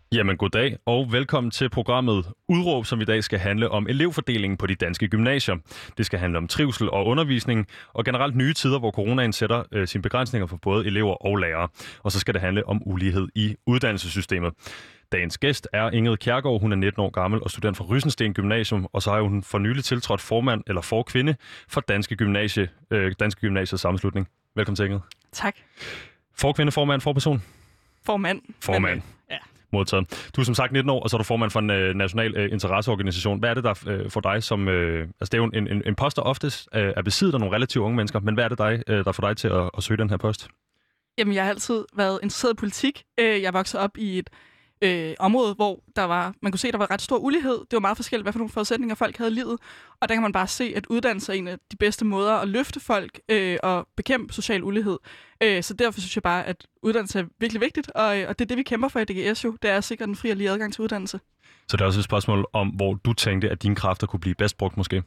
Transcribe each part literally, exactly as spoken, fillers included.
Jamen goddag og velkommen til programmet Udråb, som i dag skal handle om elevfordelingen på de danske gymnasier. Det skal handle om trivsel og undervisning og generelt nye tider, hvor coronaen sætter øh, sine begrænsninger for både elever og lærere. Og så skal det handle om ulighed i uddannelsessystemet. Dagens gæst er Ingrid Kjærgaard. Hun er nitten år gammel og student fra Rysensten Gymnasium, og så har hun for nylig tiltrådt formand eller forkvinde for Danske Gymnasie, øh, Danske Gymnasiers sammenslutning. Velkommen til, Ingrid. Tak. Forkvinde, formand, forperson? Formand. Formand. Men, ja. Modtaget. Du er som sagt nitten år, og så er du formand for en øh, national øh, interesseorganisation. Hvad er det der øh, for dig som... Øh, altså det er jo en, en, en post, der oftest øh, er besiddet af nogle relativt unge mennesker, men hvad er det dig, øh, der får dig til at, at søge den her post? Jamen, jeg har altid været interesseret i politik. Jeg er vokset op i et øh, område, hvor der var, man kunne se, der var ret stor ulighed. Det var meget forskelligt, hvad for nogle forudsætninger folk havde i livet. Og der kan man bare se, at uddannelse er en af de bedste måder at løfte folk øh, og bekæmpe social ulighed. Øh, så derfor synes jeg bare, at uddannelse er virkelig vigtigt, og, og det er det, vi kæmper for i D G S jo. Det er at sikre den fri og lige adgang til uddannelse. Så det er også et spørgsmål om, hvor du tænkte, at dine kræfter kunne blive bedst brugt måske?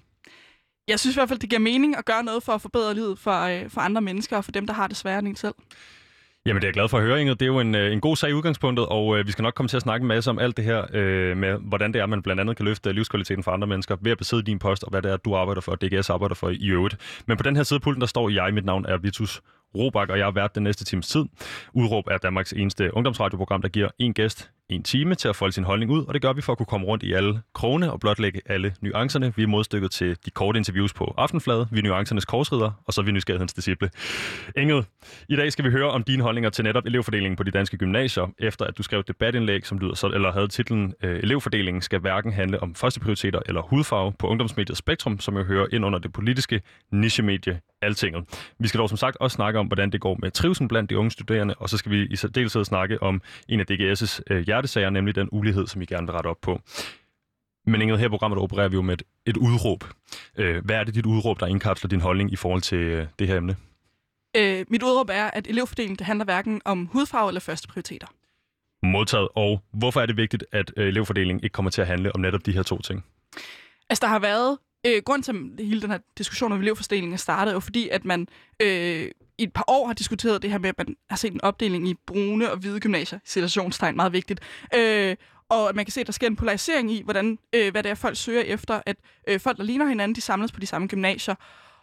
Jeg synes i hvert fald, det giver mening at gøre noget for at forbedre livet for, øh, for andre mennesker og for dem, der har det sværere end en selv. Jamen, det er jeg glad for at høre, Ingrid. Det er jo en, en god sag i udgangspunktet, og øh, vi skal nok komme til at snakke en masse om alt det her, øh, med hvordan det er, man blandt andet kan løfte livskvaliteten for andre mennesker ved at besidde din post, og hvad det er, du arbejder for, og D G S arbejder for i øvrigt. Men på den her side af pulten, der står jeg. Mit navn er Vitus Robak, og jeg har været den næste times tid. Udråb er Danmarks eneste ungdomsradioprogram, der giver en gæst en time til at folde sin holdning ud, og det gør vi for at kunne komme rundt i alle krogene og blotlægge alle nuancerne. Vi er modstykket til de korte interviews på Aftenfladet, vi er nuancernes korsridder, og så er vi nysgerrighedens disciple. Ingrid, i dag skal vi høre om dine holdninger til netop elevfordelingen på de danske gymnasier, efter at du skrev et debatindlæg, som lyder så, eller havde titlen øh, Elevfordelingen skal hverken handle om førsteprioriteter eller hudfarve på ungdomsmediet Spektrum, som jo hører ind under det politiske nichemedie Altinget. Vi skal dog som sagt også snakke om, hvordan det går med trivsel blandt de unge studerende, og så skal vi i særdeleshed snakke om en af D G S' øh, hjertesager, nemlig den ulighed, som I gerne vil rette op på. Men Ingrid, her i programmet der opererer vi jo med et, et udråb. Øh, hvad er det dit udråb, der indkapsler din holdning i forhold til øh, det her emne? Øh, mit udråb er, at elevfordelingen det handler hverken om hudfarve eller førsteprioriteter. Modtaget. Og hvorfor er det vigtigt, at øh, elevfordelingen ikke kommer til at handle om netop de her to ting? Altså, der har været... Øh, grunden til, at hele den her diskussion om elevfordelingen er startet, er jo fordi, at man øh, i et par år har diskuteret det her med, at man har set en opdeling i brune og hvide gymnasier, situationstegn, meget vigtigt. Øh, og at man kan se, at der sker en polarisering i, hvordan, øh, hvad det er, folk søger efter, at øh, folk, der ligner hinanden, de samles på de samme gymnasier.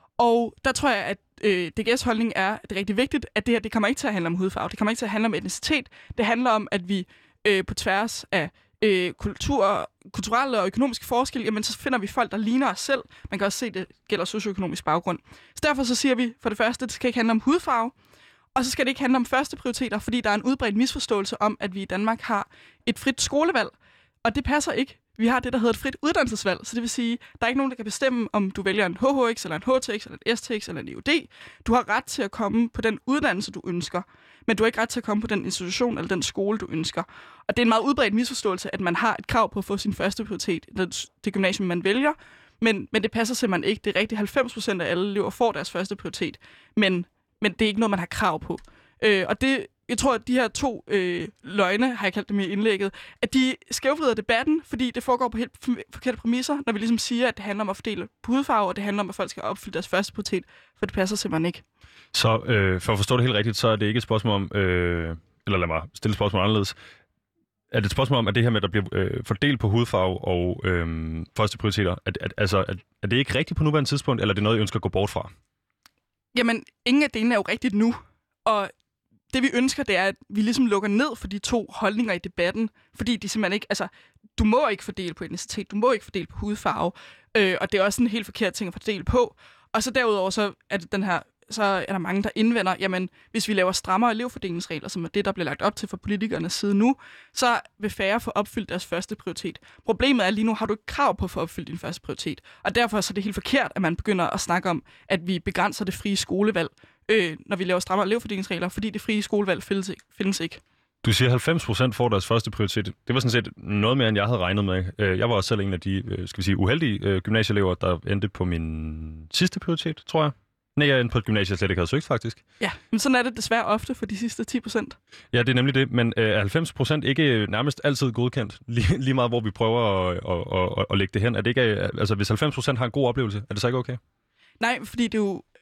Og der tror jeg, at øh, D G S' holdning er, at det er rigtig vigtigt, at det her, det kommer ikke til at handle om hudfarve, det kommer ikke til at handle om etnicitet, det handler om, at vi øh, på tværs af Øh, kultur, kulturelle og økonomiske forskelle, jamen så finder vi folk, der ligner os selv. Man kan også se, at det gælder socioøkonomisk baggrund. Så derfor så siger vi for det første, at det skal ikke handle om hudfarve, og så skal det ikke handle om første prioriteter, fordi der er en udbredt misforståelse om, at vi i Danmark har et frit skolevalg, og det passer ikke. Vi har det, der hedder et frit uddannelsesvalg, så det vil sige, der er ikke nogen, der kan bestemme, om du vælger en H H X, eller en H T X, eller en S T X, eller en E U D. Du har ret til at komme på den uddannelse, du ønsker, men du har ikke ret til at komme på den institution eller den skole, du ønsker. Og det er en meget udbredt misforståelse, at man har et krav på at få sin første prioritet, det gymnasium, man vælger, men, men det passer simpelthen ikke. Det er rigtigt, halvfems procent af alle elever får deres første prioritet, men, men det er ikke noget, man har krav på. Øh, og det Jeg tror, at de her to øh, løgne, har jeg kaldt dem i indlægget, at de skævvrider debatten, fordi det foregår på helt forkerte præmisser, når vi ligesom siger, at det handler om at fordele på hudfarve, og det handler om, at folk skal opfylde deres første prioritet, for det passer simpelthen ikke. Så øh, for at forstå det helt rigtigt, så er det ikke et spørgsmål om, øh, eller lad mig stille et spørgsmål anderledes, er det et spørgsmål om, at det her med, at der bliver øh, fordelt på hudfarve og øh, første prioriteter, at, at, altså, at, er det ikke rigtigt på nuværende tidspunkt, eller er det noget, I ønsker at gå bort fra? Jamen, ingen af delene er jo rigtigt nu, og det vi ønsker, det er, at vi ligesom lukker ned for de to holdninger i debatten, fordi de simpelthen ikke, altså, du må ikke fordele på etnicitet, du må ikke fordele på hudfarve, øh, og det er også en helt forkert ting at fordele på. Og så derudover, så er det den her, så er der mange, der indvender, jamen, hvis vi laver strammere elevfordelingsregler, som er det, der bliver lagt op til fra politikernes side nu, så vil færre få opfyldt deres første prioritet. Problemet er, lige nu har du ikke krav på at få opfyldt din første prioritet, og derfor så er det helt forkert, at man begynder at snakke om, at vi begrænser det frie skolevalg, øh, når vi laver strammere elevfordelingsregler, fordi det frie skolevalg findes ikke. Findes ikke. Du siger, halvfems procent får deres første prioritet. Det var sådan set noget mere, end jeg havde regnet med. Jeg var også selv en af de, skal vi sige, uheldige gymnasieelever, der endte på min sidste prioritet, tror jeg. Nej, jeg endte på et gymnasie, jeg slet ikke havde søgt, faktisk. Ja, men sådan er det desværre ofte for de sidste ti procent. Ja, det er nemlig det, men er halvfems procent ikke nærmest altid godkendt? Lige, lige meget, hvor vi prøver at, at, at, at lægge det hen. Er det ikke, altså, hvis halvfems procent har en god oplevelse, er det så ikke okay? Nej, fordi det er jo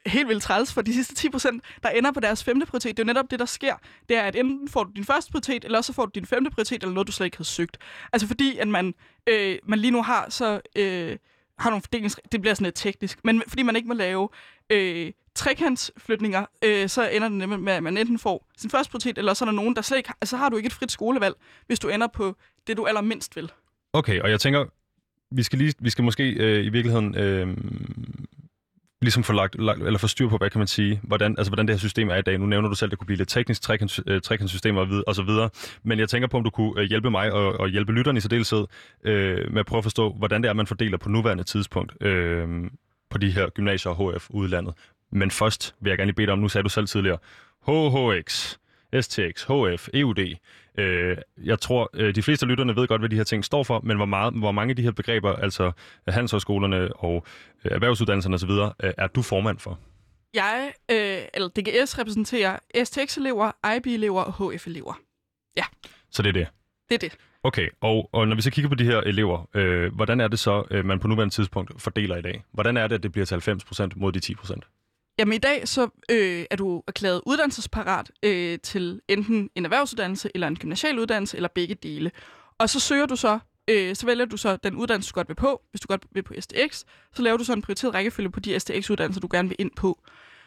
helt vildt træls for de sidste ti procent, der ender på deres femte prioritet. Det er jo netop det, der sker. Det er, at enten får du din første prioritet, eller også får du din femte prioritet, eller noget, du slet ikke havde søgt. Altså fordi, at man, øh, man lige nu har så øh, har nogle fordelings... Det bliver sådan lidt teknisk, men fordi man ikke må lave øh, trekantsflytninger, øh, så ender det nemlig med, at man enten får sin første prioritet, eller så er der nogen, der slet ikke har... Altså har du ikke et frit skolevalg, hvis du ender på det, du allermindst vil. Okay, og jeg tænker, vi skal, lige, vi skal måske øh, i virkeligheden... Øh, ligesom få lagt, lagt, eller få styr på, hvad kan man sige, hvordan, altså, hvordan det her system er i dag. Nu nævner du selv, at det kunne blive lidt teknisk, trekantssystemer og, og så videre, men jeg tænker på, om du kunne hjælpe mig og, og hjælpe lytterne i særdeleshed øh, med at prøve at forstå, hvordan det er, man fordeler på nuværende tidspunkt øh, på de her gymnasier og H F udlandet. Men først vil jeg gerne lige bede dig om, nu sagde du selv tidligere, H H X, S T X, H F, E U D. Øh, jeg tror, øh, de fleste af lytterne ved godt, hvad de her ting står for, men hvor, meget, hvor mange af de her begreber, altså handelshøjskolerne og øh, erhvervsuddannelserne osv., øh, er du formand for? Jeg, øh, eller D G S, repræsenterer S T X-elever, I B-elever og H F-elever. Ja. Så det er det? Det er det. Okay, og, og når vi så kigger på de her elever, øh, hvordan er det så, øh, man på nuværende tidspunkt fordeler i dag? Hvordan er det, at det bliver til halvfems procent mod de ti procent? Jamen i dag så øh, er du erklæret uddannelsesparat øh, til enten en erhvervsuddannelse eller en gymnasial uddannelse, eller begge dele. Og så søger du så, øh, så vælger du så den uddannelse, du godt vil på. Hvis du godt vil på S T X, så laver du så en prioriteret rækkefølge på de S T X-uddannelser, du gerne vil ind på.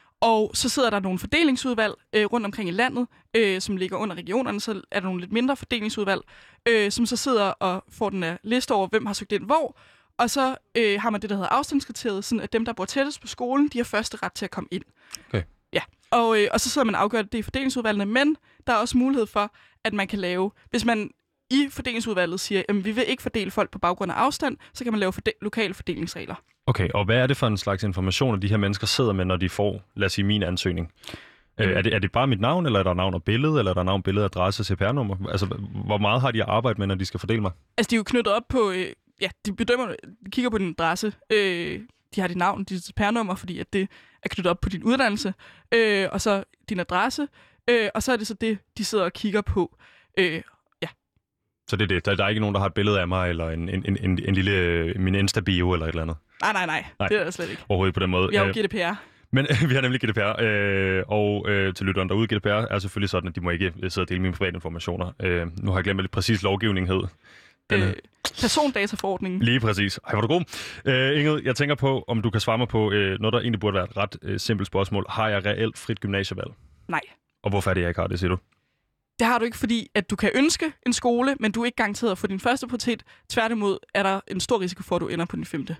Og så sidder der nogle fordelingsudvalg øh, rundt omkring i landet, øh, som ligger under regionerne, så er der nogle lidt mindre fordelingsudvalg, øh, som så sidder og får den her liste over, hvem har søgt ind hvor. Og så øh, har man det, der hedder afstandskriteriet, sådan at dem, der bor tættest på skolen, de har første ret til at komme ind. Okay. Ja, og, øh, og så sidder man og afgør det i fordelingsudvalgene, men der er også mulighed for, at man kan lave, hvis man i fordelingsudvalget siger, at vi vil ikke fordele folk på baggrund af afstand, så kan man lave forde- lokale fordelingsregler. Okay, og hvad er det for en slags information, de her mennesker sidder med, når de får, lad os sige, min ansøgning? Mm. Øh, er, det, er det bare mit navn, eller er der navn og billede, eller er der navn, billede, adresse, C P R-nummer? Altså, hvor meget har de at arbejde med, når de skal fordele mig? Altså, de er jo knyttet op på... Øh, Ja, de bedømmer, de kigger på din adresse, øh, de har dit navn, dit C P R-nummer, fordi at det er knyttet op på din uddannelse, øh, og så din adresse, øh, og så er det så det, de sidder og kigger på. Øh, ja. Så det er det. Der, der er ikke nogen, der har et billede af mig, eller en, en, en, en, en lille, min Insta-bio, eller et eller andet? Nej, nej, nej, nej. Det er der slet ikke. Overhovedet på den måde. Vi har jo G D P R. Men vi har nemlig G D P R, øh, og øh, til lytteren derude, G D P R er selvfølgelig sådan, at de må ikke sidde og dele mine private informationer. Øh, nu har jeg glemt, hvad det præcis lovgivning hed. Den, øh, persondataforordningen. Lige præcis. Ej, hvor er du god. Øh, Ingrid, jeg tænker på, om du kan svare mig på øh, noget, der egentlig burde være et ret øh, simpelt spørgsmål. Har jeg reelt frit gymnasievalg? Nej. Og hvorfor er det, jeg ikke har det, siger du? Det har du ikke, fordi at du kan ønske en skole, men du er ikke garanteret at få din første prioritet. Tværtimod er der en stor risiko for, at du ender på din femte.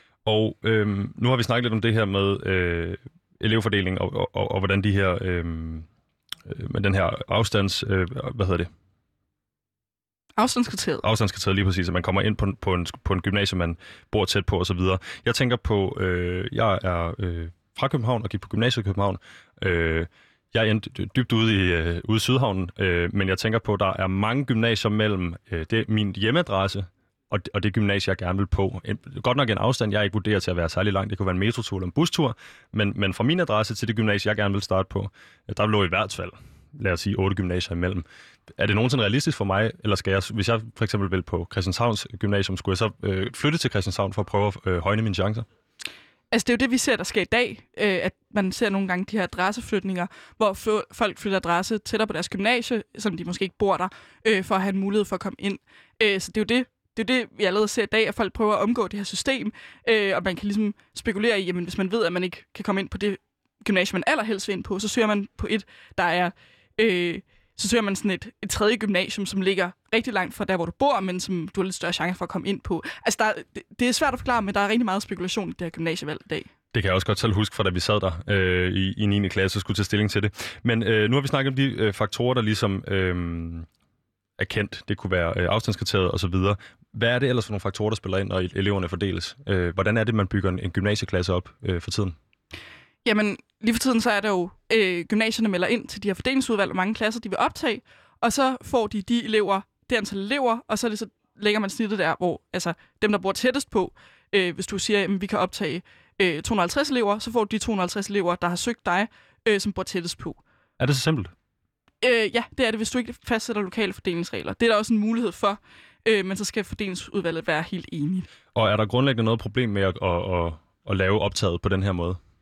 Og øh, nu har vi snakket lidt om det her med øh, elevfordeling, og, og, og, og hvordan de her, øh, med den her afstands... Øh, hvad hedder det? Afstandskriteriet. Afstandskriteriet, lige præcis, at man kommer ind på, på, en, på en gymnasium, man bor tæt på osv. Jeg tænker på, øh, jeg er øh, fra København og gik på gymnasiet i København. Øh, jeg er dybt ude i, øh, ude i Sydhavnen, øh, men jeg tænker på, at der er mange gymnasier mellem øh, det, min hjemmeadresse og, og det gymnasie, jeg gerne vil på. En, godt nok en afstand, jeg ikke vurderer til at være særlig lang. Det kunne være en metrotur eller en bustur, men, men fra min adresse til det gymnasie, jeg gerne vil starte på, der lå i hvert fald, lad os sige, otte gymnasier imellem. Er det nogensinde realistisk for mig, eller skal jeg, hvis jeg for eksempel vil på Christianshavns Gymnasium, skulle jeg så øh, flytte til Christianshavn for at prøve at øh, højne mine chancer? Altså det er jo det, vi ser, der sker i dag, øh, at man ser nogle gange de her adresseflytninger, hvor f- folk flytter adresse tættere på deres gymnasie, som de måske ikke bor der, øh, for at have en mulighed for at komme ind. Øh, så det er jo det, det er det, vi allerede ser i dag, at folk prøver at omgå det her system, øh, og man kan ligesom spekulere i, jamen hvis man ved, at man ikke kan komme ind på det gymnasium, man allerhelst vil ind på, så søger man på et, der er... Øh, så søger man sådan et, et tredje gymnasium, som ligger rigtig langt fra der, hvor du bor, men som du har lidt større chance for at komme ind på. Altså, der, det, det er svært at forklare, men der er rigtig meget spekulation i det her gymnasievalg i dag. Det kan jeg også godt selv huske fra, da vi sad der øh, i, i niende klasse og skulle tage stilling til det. Men øh, nu har vi snakket om de øh, faktorer, der ligesom øh, er kendt. Det kunne være øh, afstandskriteriet osv. Hvad er det ellers for nogle faktorer, der spiller ind, når eleverne fordeles? Øh, hvordan er det, man bygger en, en gymnasieklasse op øh, for tiden? Jamen, lige for tiden så er der jo, øh, gymnasierne melder ind til de her fordelingsudvalg, og mange klasser de vil optage, og så får de de elever, det antal elever, og så, er det så lægger man snittet der, hvor altså, dem, der bor tættest på, øh, hvis du siger, at vi kan optage øh, to hundrede og halvtreds elever, så får du de to hundrede og halvtreds elever, der har søgt dig, øh, som bor tættest på. Er det så simpelt? Øh, ja, det er det, hvis du ikke fastsætter lokale fordelingsregler. Det er der også en mulighed for, øh, men så skal fordelingsudvalget være helt enige. Og er der grundlæggende noget problem med at, at, at, at lave optaget på den her måde?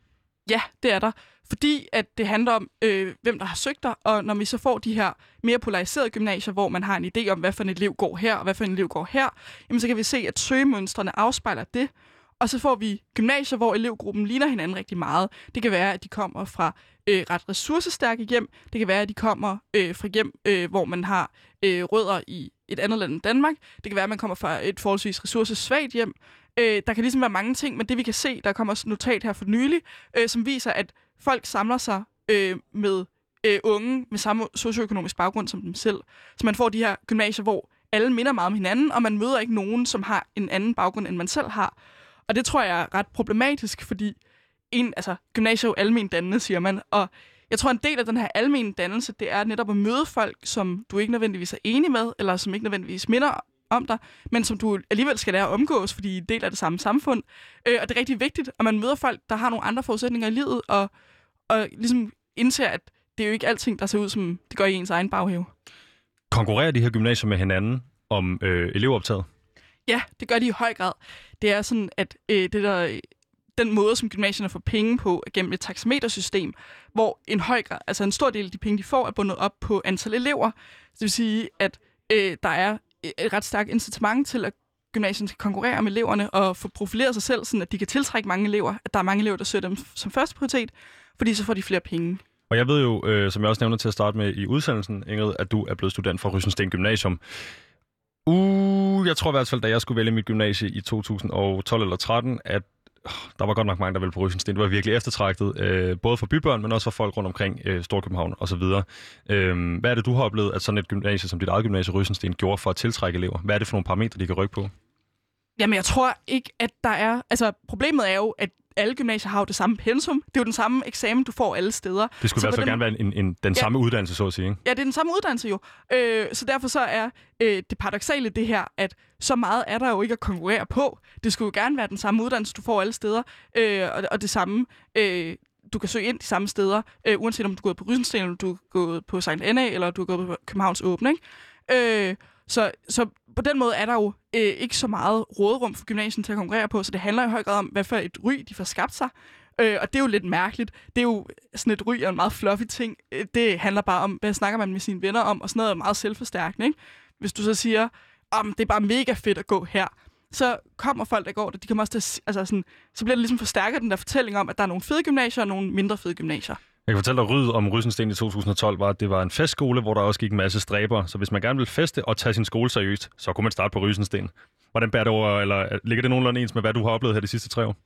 Ja, det er der. Fordi at det handler om, øh, hvem der har søgt der, og når vi så får de her mere polariserede gymnasier, hvor man har en idé om, hvad for en elev går her, og hvad for en elev går her, jamen så kan vi se, at søgemønstrene afspejler det. Og så får vi gymnasier, hvor elevgruppen ligner hinanden rigtig meget. Det kan være, at de kommer fra øh, ret ressourcestærke hjem. Det kan være, at de kommer øh, fra hjem, øh, hvor man har øh, rødder i et andet land end Danmark. Det kan være, at man kommer fra et forholdsvis ressourcesvagt hjem. Øh, der kan ligesom være mange ting, men det vi kan se, der kommer også et notat her for nylig, øh, som viser, at folk samler sig øh, med øh, unge med samme socioøkonomisk baggrund som dem selv. Så man får de her gymnasier, hvor alle minder meget om hinanden, og man møder ikke nogen, som har en anden baggrund, end man selv har. Og det tror jeg er ret problematisk, fordi en, altså, gymnasiet er jo almen dannende, siger man. Og jeg tror, en del af den her almen dannelse, det er netop at møde folk, som du ikke nødvendigvis er enig med, eller som ikke nødvendigvis minder om dig, men som du alligevel skal lære at omgås, fordi I er del af det samme samfund. Øh, og det er rigtig vigtigt, at man møder folk, der har nogle andre forudsætninger i livet, og, og ligesom indser, at det er jo ikke alting, der ser ud, som det gør i ens egen baghave. Konkurrerer de her gymnasier med hinanden om øh, elevoptaget? Ja, det gør de i høj grad. Det er sådan, at øh, det der, den måde, som gymnasierne får penge på, er gennem et taxametersystem, hvor en høj grad, altså en stor del af de penge, de får, er bundet op på antal elever. Det vil sige, at øh, der er et ret stærkt incitament til, at gymnasierne skal konkurrere med eleverne og få profileret sig selv, sådan at de kan tiltrække mange elever, at der er mange elever, der søger dem som første prioritet, fordi så får de flere penge. Og jeg ved jo, øh, som jeg også nævnte til at starte med i udsendelsen, Ingrid, at du er blevet student fra Rysensten Gymnasium. Uh, jeg tror i hvert fald, da jeg skulle vælge mit gymnasie i to tusind og tolv eller tretten, at øh, der var godt nok mange, der ville på Rysensten. Det var virkelig eftertragtet, øh, både for bybørn, men også for folk rundt omkring øh, Storkøbenhavn osv. Øh, hvad er det, du har oplevet, at sådan et gymnasie som dit eget gymnasie Rysensten gjorde for at tiltrække elever? Hvad er det for nogle parametre, de kan rykke på? Jamen, jeg tror ikke, at der er... Altså, problemet er jo, at alle gymnasier har jo det samme pensum. Det er jo den samme eksamen, du får alle steder. Det skulle så i hvert fald dem... gerne være en, en, den ja. samme uddannelse, så at sige, ikke? Ja, det er den samme uddannelse jo. Øh, så derfor så er øh, det paradoksale det her, at så meget er der jo ikke at konkurrere på. Det skulle jo gerne være den samme uddannelse, du får alle steder. Øh, og, og det samme... Øh, du kan søge ind de samme steder, øh, uanset om du er gået på Rysensten, eller du er gået på Sankt Anna, eller du er gået på Københavns Åbne, ikke? Øh, så, så på den måde er der jo øh, ikke så meget råderum for gymnasien til at konkurrere på, så det handler i høj grad om, hvad for et ry de får skabt sig. Øh, og det er jo lidt mærkeligt. Det er jo sådan et ry er en meget fluffy ting. Det handler bare om, hvad snakker man med sine venner om, og sådan noget er meget selvforstærkende, ikke? Hvis du så siger, om det er bare mega fedt at gå her, så kommer folk, der går der, de kommer også til, altså sådan, så bliver det ligesom forstærket den der fortælling om, at der er nogle fede gymnasier og nogle mindre fede gymnasier. Jeg kan fortælle dig, at Ryd om Rysensten i to tusind og tolv var, at det var en festskole, hvor der også gik en masse stræber. Så hvis man gerne vil feste og tage sin skole seriøst, så kunne man starte på Rysensten. Hvordan bærer det over, eller ligger det nogenlunde ens med, hvad du har oplevet her de sidste tre år?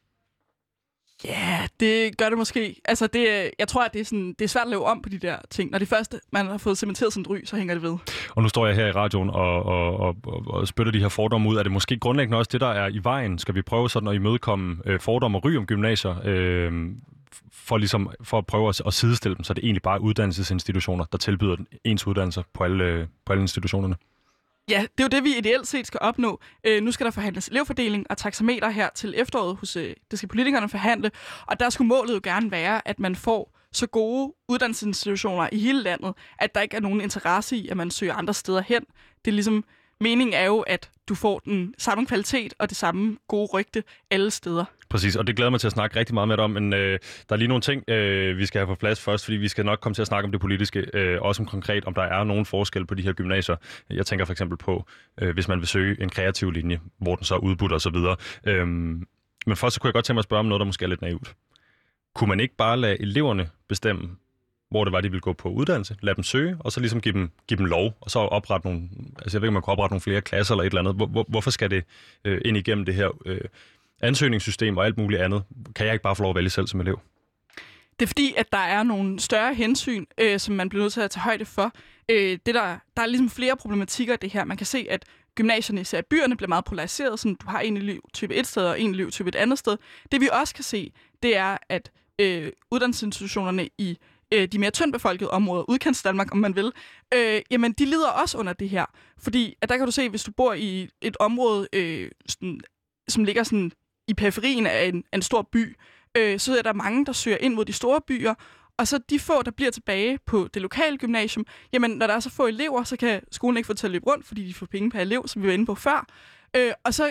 Ja, yeah, det gør det måske. Altså, det, jeg tror, at det er, sådan, det er svært at lave om på de der ting. Når det første, man har fået cementeret sådan et ry, så hænger det ved. Og nu står jeg her i radioen og, og, og, og, og spytter de her fordomme ud. Er det måske grundlæggende også det, der er i vejen? Skal vi prøve sådan at imødekomme øh, fordomme og ry om gymnasier? Øh, for, ligesom, for at prøve at, at sidestille dem, så det egentlig bare er uddannelsesinstitutioner, der tilbyder ens uddannelser på alle, på alle institutionerne? Ja, det er jo det, vi ideelt set skal opnå. Øh, nu skal der forhandles elevfordeling og taxameter her til efteråret hos, øh, det skal politikerne forhandle, og der skulle målet jo gerne være, at man får så gode uddannelsesinstitutioner i hele landet, at der ikke er nogen interesse i, at man søger andre steder hen. Det er ligesom, meningen er jo, at du får den samme kvalitet og det samme gode rygte alle steder. Præcis, og det glæder mig til at snakke rigtig meget med dig om, men øh, der er lige nogle ting, øh, vi skal have på plads først, fordi vi skal nok komme til at snakke om det politiske, øh, også om konkret, om der er nogen forskel på de her gymnasier. Jeg tænker for eksempel på, øh, hvis man vil søge en kreativ linje, hvor den så er udbudt og så videre. Øh, men først så kunne jeg godt tænke mig at spørge om noget, der måske er lidt naivt. Kunne man ikke bare lade eleverne bestemme, hvor det var, de ville gå på uddannelse, lade dem søge, og så ligesom give dem, give dem lov, og så oprette nogle, altså jeg ved ikke, om man kan oprette nogle flere klasser eller et eller andet. Hvor, hvor, hvorfor skal det øh, ind igennem det her øh, ansøgningssystem og alt muligt andet? Kan jeg ikke bare få lov at vælge selv som elev? Det er fordi, at der er nogle større hensyn, øh, som man bliver nødt til at tage højde for. Øh, det der, der er ligesom flere problematikker i det her. Man kan se, at gymnasierne, især byerne, bliver meget polariseret, så du har en elevtype et sted og en elevtype et andet sted. Det vi også kan se, det er, at øh, uddannelsesinstitutionerne i øh, de mere tyndbefolkede områder, udkantsdanmark, om man vil, øh, jamen de lider også under det her. Fordi at der kan du se, hvis du bor i et område, øh, sådan, som ligger sådan i periferien af en, en stor by, øh, så er der mange, der søger ind mod de store byer, og så de få, der bliver tilbage på det lokale gymnasium, jamen når der er så få elever, så kan skolen ikke få til at løbe rundt, fordi de får penge per elev, som vi var inde på før. Øh, og så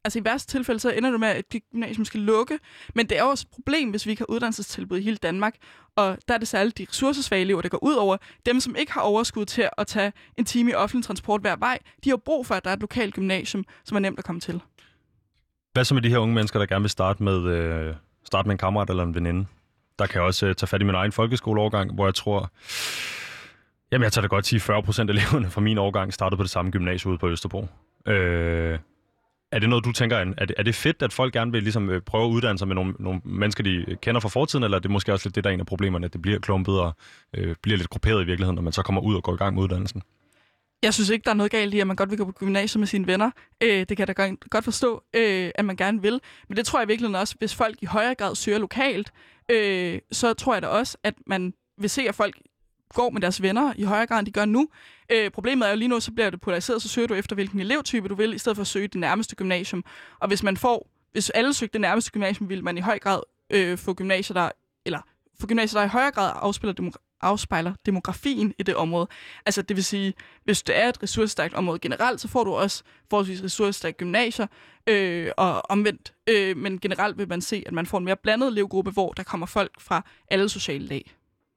altså i værste tilfælde, så ender det med, at gymnasium skal lukke. Men det er jo også et problem, hvis vi ikke har uddannelsestilbud i hele Danmark. Og der er det særligt de ressourcesvage elever, der går ud over. Dem, som ikke har overskud til at tage en time i offentlig transport hver vej, de har brug for, at der er et lokalt gymnasium, som er nemt at komme til. Hvad så med de her unge mennesker, der gerne vil starte med, øh, starte med en kammerat eller en veninde? Der kan jeg også øh, tage fat i min egen folkeskoleårgang, hvor jeg tror... Jamen, jeg tager da godt sige, fyrre procent af eleverne fra min årgang startede på det samme gymnasium ude på Østerbro. Øh, er det noget, du tænker, er det, er det fedt, at folk gerne vil ligesom, øh, prøve at uddanne sig med nogle, nogle mennesker, de kender fra fortiden, eller er det måske også lidt det, der er en af problemerne, at det bliver klumpet og øh, bliver lidt grupperet i virkeligheden, når man så kommer ud og går i gang med uddannelsen? Jeg synes ikke, der er noget galt i, at man godt vil gå på gymnasiet med sine venner. Øh, det kan jeg da godt forstå, øh, at man gerne vil. Men det tror jeg virkelig også, hvis folk i højere grad søger lokalt, øh, så tror jeg da også, at man vil se, at folk går med deres venner i højere grad, end de gør nu. Øh, problemet er jo lige nu, så bliver det polariseret, så søger du efter, hvilken elevtype du vil, i stedet for at søge det nærmeste gymnasium. Og hvis man får, hvis alle søgte det nærmeste gymnasium, vil man i høj grad øh, få gymnasier, der, eller få gymnasier, der i højere grad afspiller demok- afspejler demografien i det område. Altså det vil sige, hvis det er et ressourcestærkt område generelt, så får du også forholdsvis ressourcestærke gymnasier, øh, og omvendt. Øh, men generelt vil man se, at man får en mere blandet elevgruppe, hvor der kommer folk fra alle sociale lag.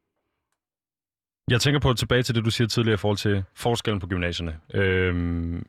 Jeg tænker på tilbage til det, du siger tidligere i forhold til forskellen på gymnasierne. Øhm,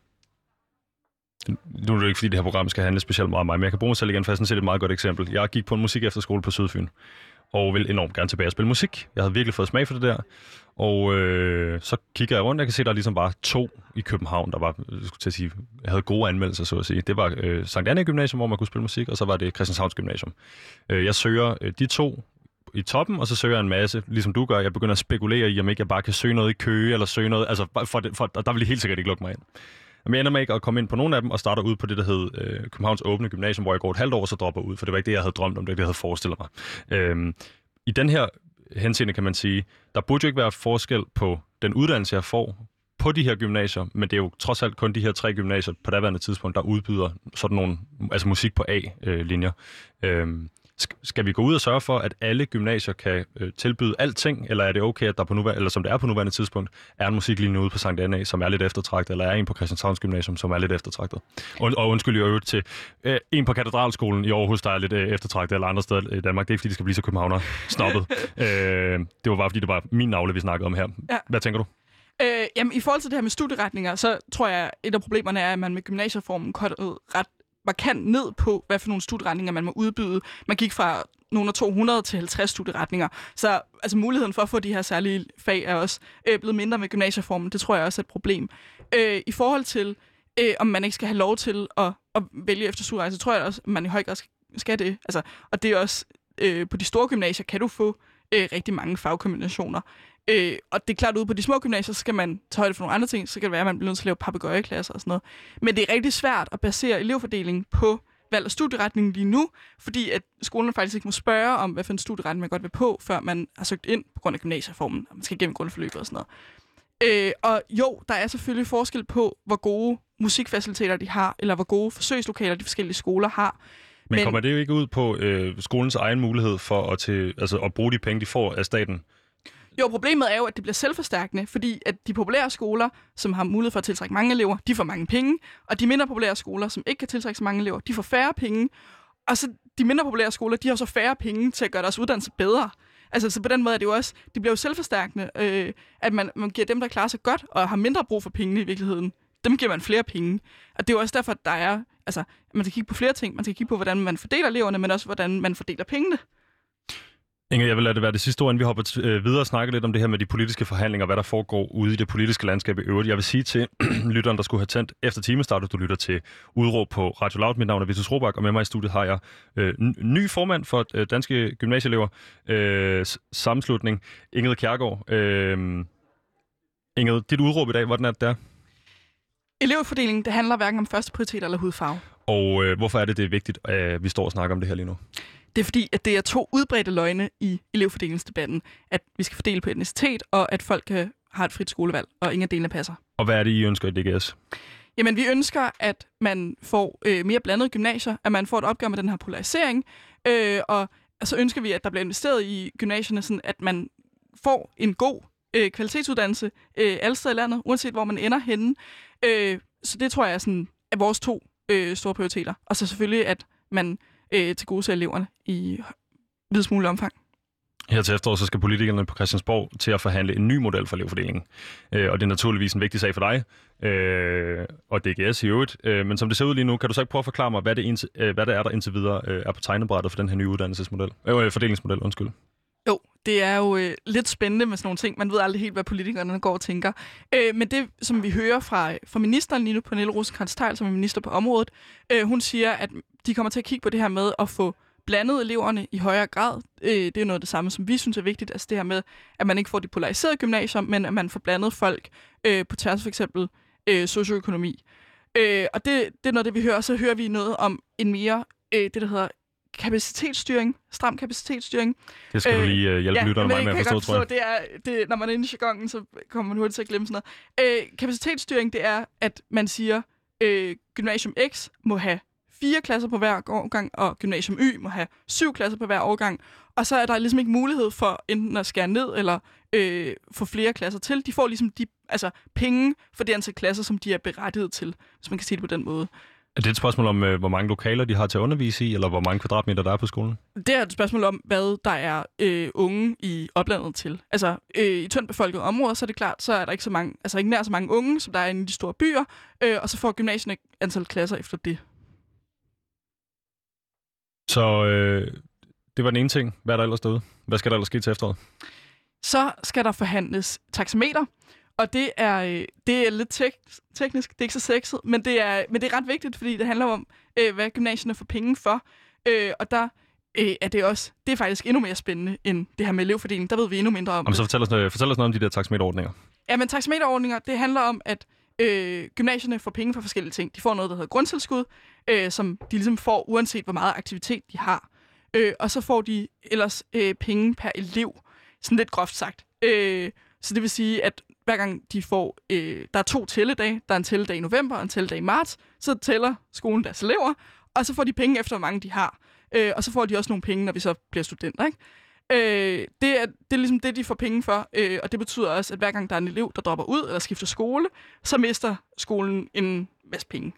nu er det ikke, fordi det her program skal handle specielt meget om mig, men jeg kan bruge mig selv igen, for jeg synes, det er et meget godt eksempel. Jeg gik på en musikefterskole på Sydfyn, og ville enormt gerne tilbage og spille musik. Jeg havde virkelig fået smag for det der. Og øh, så kigger jeg rundt, jeg kan se, at der ligesom bare to i København, der var, jeg skulle til at sige, jeg havde gode anmeldelser, så at sige. Det var øh, Sankt Anne Gymnasium, hvor man kunne spille musik, og så var det Christianshavns Gymnasium. Øh, jeg søger øh, de to i toppen, og så søger jeg en masse, ligesom du gør. Jeg begynder at spekulere i, om ikke jeg bare kan søge noget i Køge, eller søge noget, altså for, det, for der vil de helt sikkert ikke lukke mig ind. Men jeg ender med ikke at komme ind på nogle af dem, og starter ud på det, der hed øh, Københavns Åbne Gymnasium, hvor jeg går et halvt år, og så dropper ud, for det var ikke det, jeg havde drømt om, det var det, jeg havde forestillet mig. Øhm, I den her henseende kan man sige, der burde jo ikke være forskel på den uddannelse, jeg får på de her gymnasier, men det er jo trods alt kun de her tre gymnasier på daværende tidspunkt, der udbyder sådan nogle, altså musik på A-linjer. Øhm, Skal vi gå ud og sørge for, at alle gymnasier kan øh, tilbyde alting, eller er det okay, at der på nuværende, eller som det er på nuværende tidspunkt, er en musiklinje ude på Sankt Anne, som er lidt eftertragtet, eller er en på Christianshavns Gymnasium, som er lidt eftertragtet? Og, og undskyld i øvrigt til øh, en på Katedralskolen i Aarhus, der er lidt øh, eftertragtet, eller andre steder i Danmark. Det er ikke, fordi de skal blive så københavner snobbet. øh, det var bare, fordi det var min navle, vi snakkede om her. Ja. Hvad tænker du? Øh, jamen, i forhold til det her med studieretninger, så tror jeg, et af problemerne er, at man med gymnasieformen kortet ret markant ned på, hvad for nogle studieretninger man må udbyde. Man gik fra nogle af to hundrede til halvtreds studieretninger. Så altså, muligheden for at få de her særlige fag er også øh, blevet mindre med gymnasieformen. Det tror jeg også er et problem. Øh, I forhold til, øh, om man ikke skal have lov til at, at vælge efter studierejse, så tror jeg også, at man i høj grad skal det. Altså, og det er også, øh, på de store gymnasier kan du få øh, rigtig mange fagkombinationer. Øh, og det er klart, at ude på de små gymnasier, så skal man tage højde for nogle andre ting. Så kan det være, at man bliver nødt til at lave papegøjeklasser og sådan noget. Men det er rigtig svært at basere elevfordelingen på valg af studieretning lige nu, fordi at skolen faktisk ikke må spørge om, hvad for en studieretning man godt vil på, før man har søgt ind på grund af gymnasieformen, og man skal igennem grundforløbet og sådan noget. Øh, og jo, der er selvfølgelig forskel på, hvor gode musikfaciliteter de har, eller hvor gode forsøgslokaler de forskellige skoler har. Men, Men kommer det jo ikke ud på øh, skolens egen mulighed for at, til, altså, at bruge de penge, de får af staten? Jo, problemet er jo, at det bliver selvforstærkende, fordi at de populære skoler, som har mulighed for at tiltrække mange elever, de får mange penge, og de mindre populære skoler, som ikke kan tiltrække så mange elever, de får færre penge. Og så de mindre populære skoler, de har så færre penge til at gøre deres uddannelse bedre. Altså, så på den måde er det jo også, de bliver jo selvforstærkende, øh, at man, man giver dem, der klarer sig godt, og har mindre brug for pengene i virkeligheden, dem giver man flere penge. Og det er jo også derfor, at der er, altså, man skal kigge på flere ting. Man skal kigge på, hvordan man fordeler eleverne, men også, hvordan man fordeler pengene. Inger, jeg vil lade det være det sidste ord, inden vi hopper øh, videre og snakker lidt om det her med de politiske forhandlinger, hvad der foregår ude i det politiske landskab i øvrigt. Jeg vil sige til lytteren, der skulle have tændt efter timestartet, du lytter til Udråb på Radio Loud. Mit navn er Vitus Robak, og med mig i studiet har jeg øh, ny formand for øh, Danske Gymnasieelever øh, sammenslutning, Ingrid Kjærgaard. Øh, Ingrid, dit udråb i dag, hvordan er det der? Elevfordelingen, det handler hverken om første prioritet eller hudfarve. Og øh, hvorfor er det, det er vigtigt, at vi står og snakker om det her lige nu? Det er fordi, at det er to udbredte løgne i elevfordelingsdebatten, at vi skal fordele på etnicitet, og at folk kan have et frit skolevalg, og ingen af delene passer. Og hvad er det, I ønsker i D G S? Jamen, vi ønsker, at man får øh, mere blandede gymnasier, at man får et opgør med den her polarisering, øh, og så ønsker vi, at der bliver investeret i gymnasierne, sådan at man får en god øh, kvalitetsuddannelse øh, alle steder i landet, uanset hvor man ender henne. Øh, så det tror jeg er sådan, at vores to øh, store prioriteter. Og så selvfølgelig, at man øh, tilgodeser eleverne i videst mulig omfang. Her til efteråret, så skal politikerne på Christiansborg til at forhandle en ny model for elevfordelingen. Øh, og det er naturligvis en vigtig sag for dig, øh, og D G S i øvrigt. Øh, men som det ser ud lige nu, kan du så ikke prøve at forklare mig, hvad det, indtil, øh, hvad det er, der indtil videre øh, er på tegnebrættet for den her nye uddannelsesmodel? Øh, fordelingsmodel, undskyld. Jo, det er jo øh, lidt spændende med sådan nogle ting. Man ved aldrig helt, hvad politikerne går og tænker. Øh, men det, som vi hører fra, fra ministeren lige nu, Pernille Rosenkrantz-Theil, som er minister på området, øh, hun siger, at de kommer til at kigge på det her med at få blandet eleverne i højere grad. Øh, det er noget af det samme, som vi synes er vigtigt. Altså det her med, at man ikke får de polariserede gymnasier, men at man får blandet folk øh, på tværs af for eksempel øh, socioøkonomi. Øh, og det, det er noget af det, vi hører. Så hører vi noget om en mere, øh, det der hedder kapacitetsstyring, stram kapacitetsstyring. Det skal øh, du lige uh, hjælpe ja, lytterne mig med at forstå, tror jeg. Det er, det, når man er inde i jargonen, så kommer man hurtigt til at glemme sådan noget. Øh, kapacitetsstyring, det er, at man siger, øh, gymnasium X må have fire klasser på hver årgang, og gymnasium Y må have syv klasser på hver årgang. Og så er der ligesom ikke mulighed for enten at skære ned, eller øh, få flere klasser til. De får ligesom de, altså, penge for det antal klasser, som de er berettiget til, hvis man kan sige det på den måde. Er det et spørgsmål om, hvor mange lokaler de har til at undervise i, eller hvor mange kvadratmeter der er på skolen? Det er et spørgsmål om, hvad der er øh, unge i oplandet til. Altså, øh, i tyndt befolkede områder, så er det klart, så er der ikke så mange, altså ikke nær så mange unge, som der er inde i de store byer, øh, og så får gymnasierne antal klasser efter det. Så øh, det var den ene ting. Hvad er der ellers derude? Hvad skal der ellers ske til efteråret? Så skal der forhandles taxameter, og det er, det er lidt tek- teknisk, det er ikke så sexet, men det er, men det er ret vigtigt, fordi det handler om, øh, hvad gymnasierne får penge for. Øh, og der øh, er det også, det er faktisk endnu mere spændende end det her med elevfordeling. Der ved vi endnu mindre om. Jamen, så fortæl os, noget, fortæl os noget om de der taxameterordninger. Ja, men taxameterordninger, det handler om, at øh, gymnasierne får penge for forskellige ting. De får noget, der hedder grundtilskud, øh, som de ligesom får, uanset hvor meget aktivitet de har. Øh, og så får de ellers øh, penge per elev, sådan lidt groft sagt. Øh, så det vil sige, at hver gang de får, øh, der er to tælledage, der er en tælledag i november og en tælledag i marts, så tæller skolen deres elever, og så får de penge efter, hvor mange de har. Øh, og så får de også nogle penge, når vi så bliver studenter, ikke? Øh, det, er, det er ligesom det, de får penge for, øh, og det betyder også, at hver gang der er en elev, der dropper ud eller skifter skole, så mister skolen en masse penge.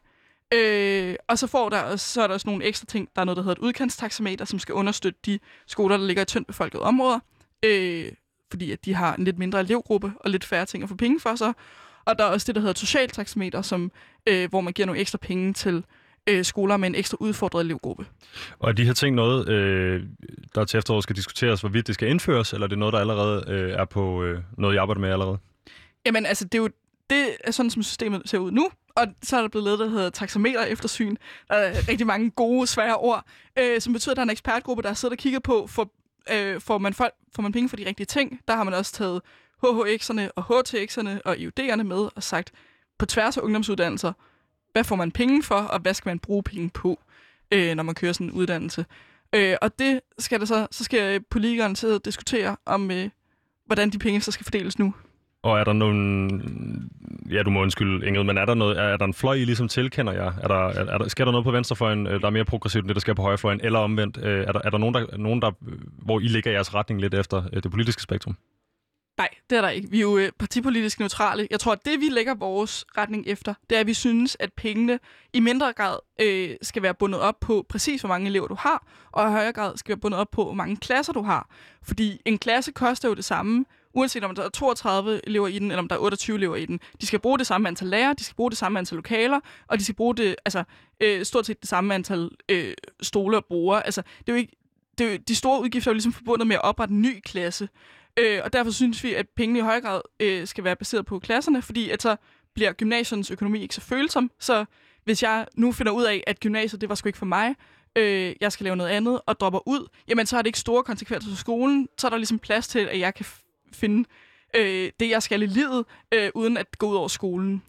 Øh, og så, får der, så er der også nogle ekstra ting. Der er noget, der hedder et udkantstaxameter, som skal understøtte de skoler, der ligger i tyndt befolkede områder, øh, fordi at de har en lidt mindre elevgruppe og lidt færre ting at få penge for sig. Og der er også det, der hedder et socialt taxameter, som, øh, hvor man giver nogle ekstra penge til øh, skoler med en ekstra udfordret elevgruppe. Og er de her ting noget, øh, der til efteråret skal diskuteres, hvorvidt det skal indføres, eller er det noget, der allerede øh, er på øh, noget, jeg arbejder med allerede? Jamen altså, det er jo det er sådan, som systemet ser ud nu. Og så er der blevet lavet, der hedder taxameter eftersyn. Der er rigtig mange gode, svære ord, øh, som betyder, at der er en ekspertgruppe, der sidder og kigger på, for, øh, får, man folk, får man penge for de rigtige ting. Der har man også taget H H X'erne og H T X'erne og I U D'erne med og sagt, på tværs af ungdomsuddannelser, hvad får man penge for, og hvad skal man bruge penge på, øh, når man kører sådan en uddannelse. Øh, og det skal der så, så skal politikerne sidde og diskutere om, øh, hvordan de penge så skal fordeles nu. Og er der nogen... Ja, du må undskylde, Ingrid, men er der, noget, er der en fløj, I ligesom tilkender jer? Er der, er der, sker der noget på venstrefløjen, der er mere progressivt end det, der sker på højrefløjen, eller omvendt? Er der, er der nogen, der, nogen der, hvor I lægger jeres retning lidt efter det politiske spektrum? Nej, det er der ikke. Vi er jo partipolitisk neutrale. Jeg tror, at det, vi lægger vores retning efter, det er, at vi synes, at pengene i mindre grad øh, skal være bundet op på præcis, hvor mange elever du har, og i højere grad skal være bundet op på, hvor mange klasser du har. Fordi en klasse koster jo det samme, uanset om der er toogtredive elever i den, eller om der er otteogtyve elever i den. De skal bruge det samme antal lærere, de skal bruge det samme antal lokaler, og de skal bruge det, altså, øh, stort set det samme antal øh, stole og brugere. Altså, det er jo ikke, det er jo, de store udgifter er jo ligesom forbundet med at oprette en ny klasse. Øh, og derfor synes vi, at pengene i høj grad øh, skal være baseret på klasserne, fordi at så bliver gymnasiernes økonomi ikke så følsom. Så hvis jeg nu finder ud af, at gymnasiet, det var sgu ikke for mig, øh, jeg skal lave noget andet, og dropper ud, jamen så har det ikke store konsekvenser for skolen. Så er der ligesom plads til, at jeg kan finde øh, det, jeg skal i livet, øh, uden at gå ud over skolen.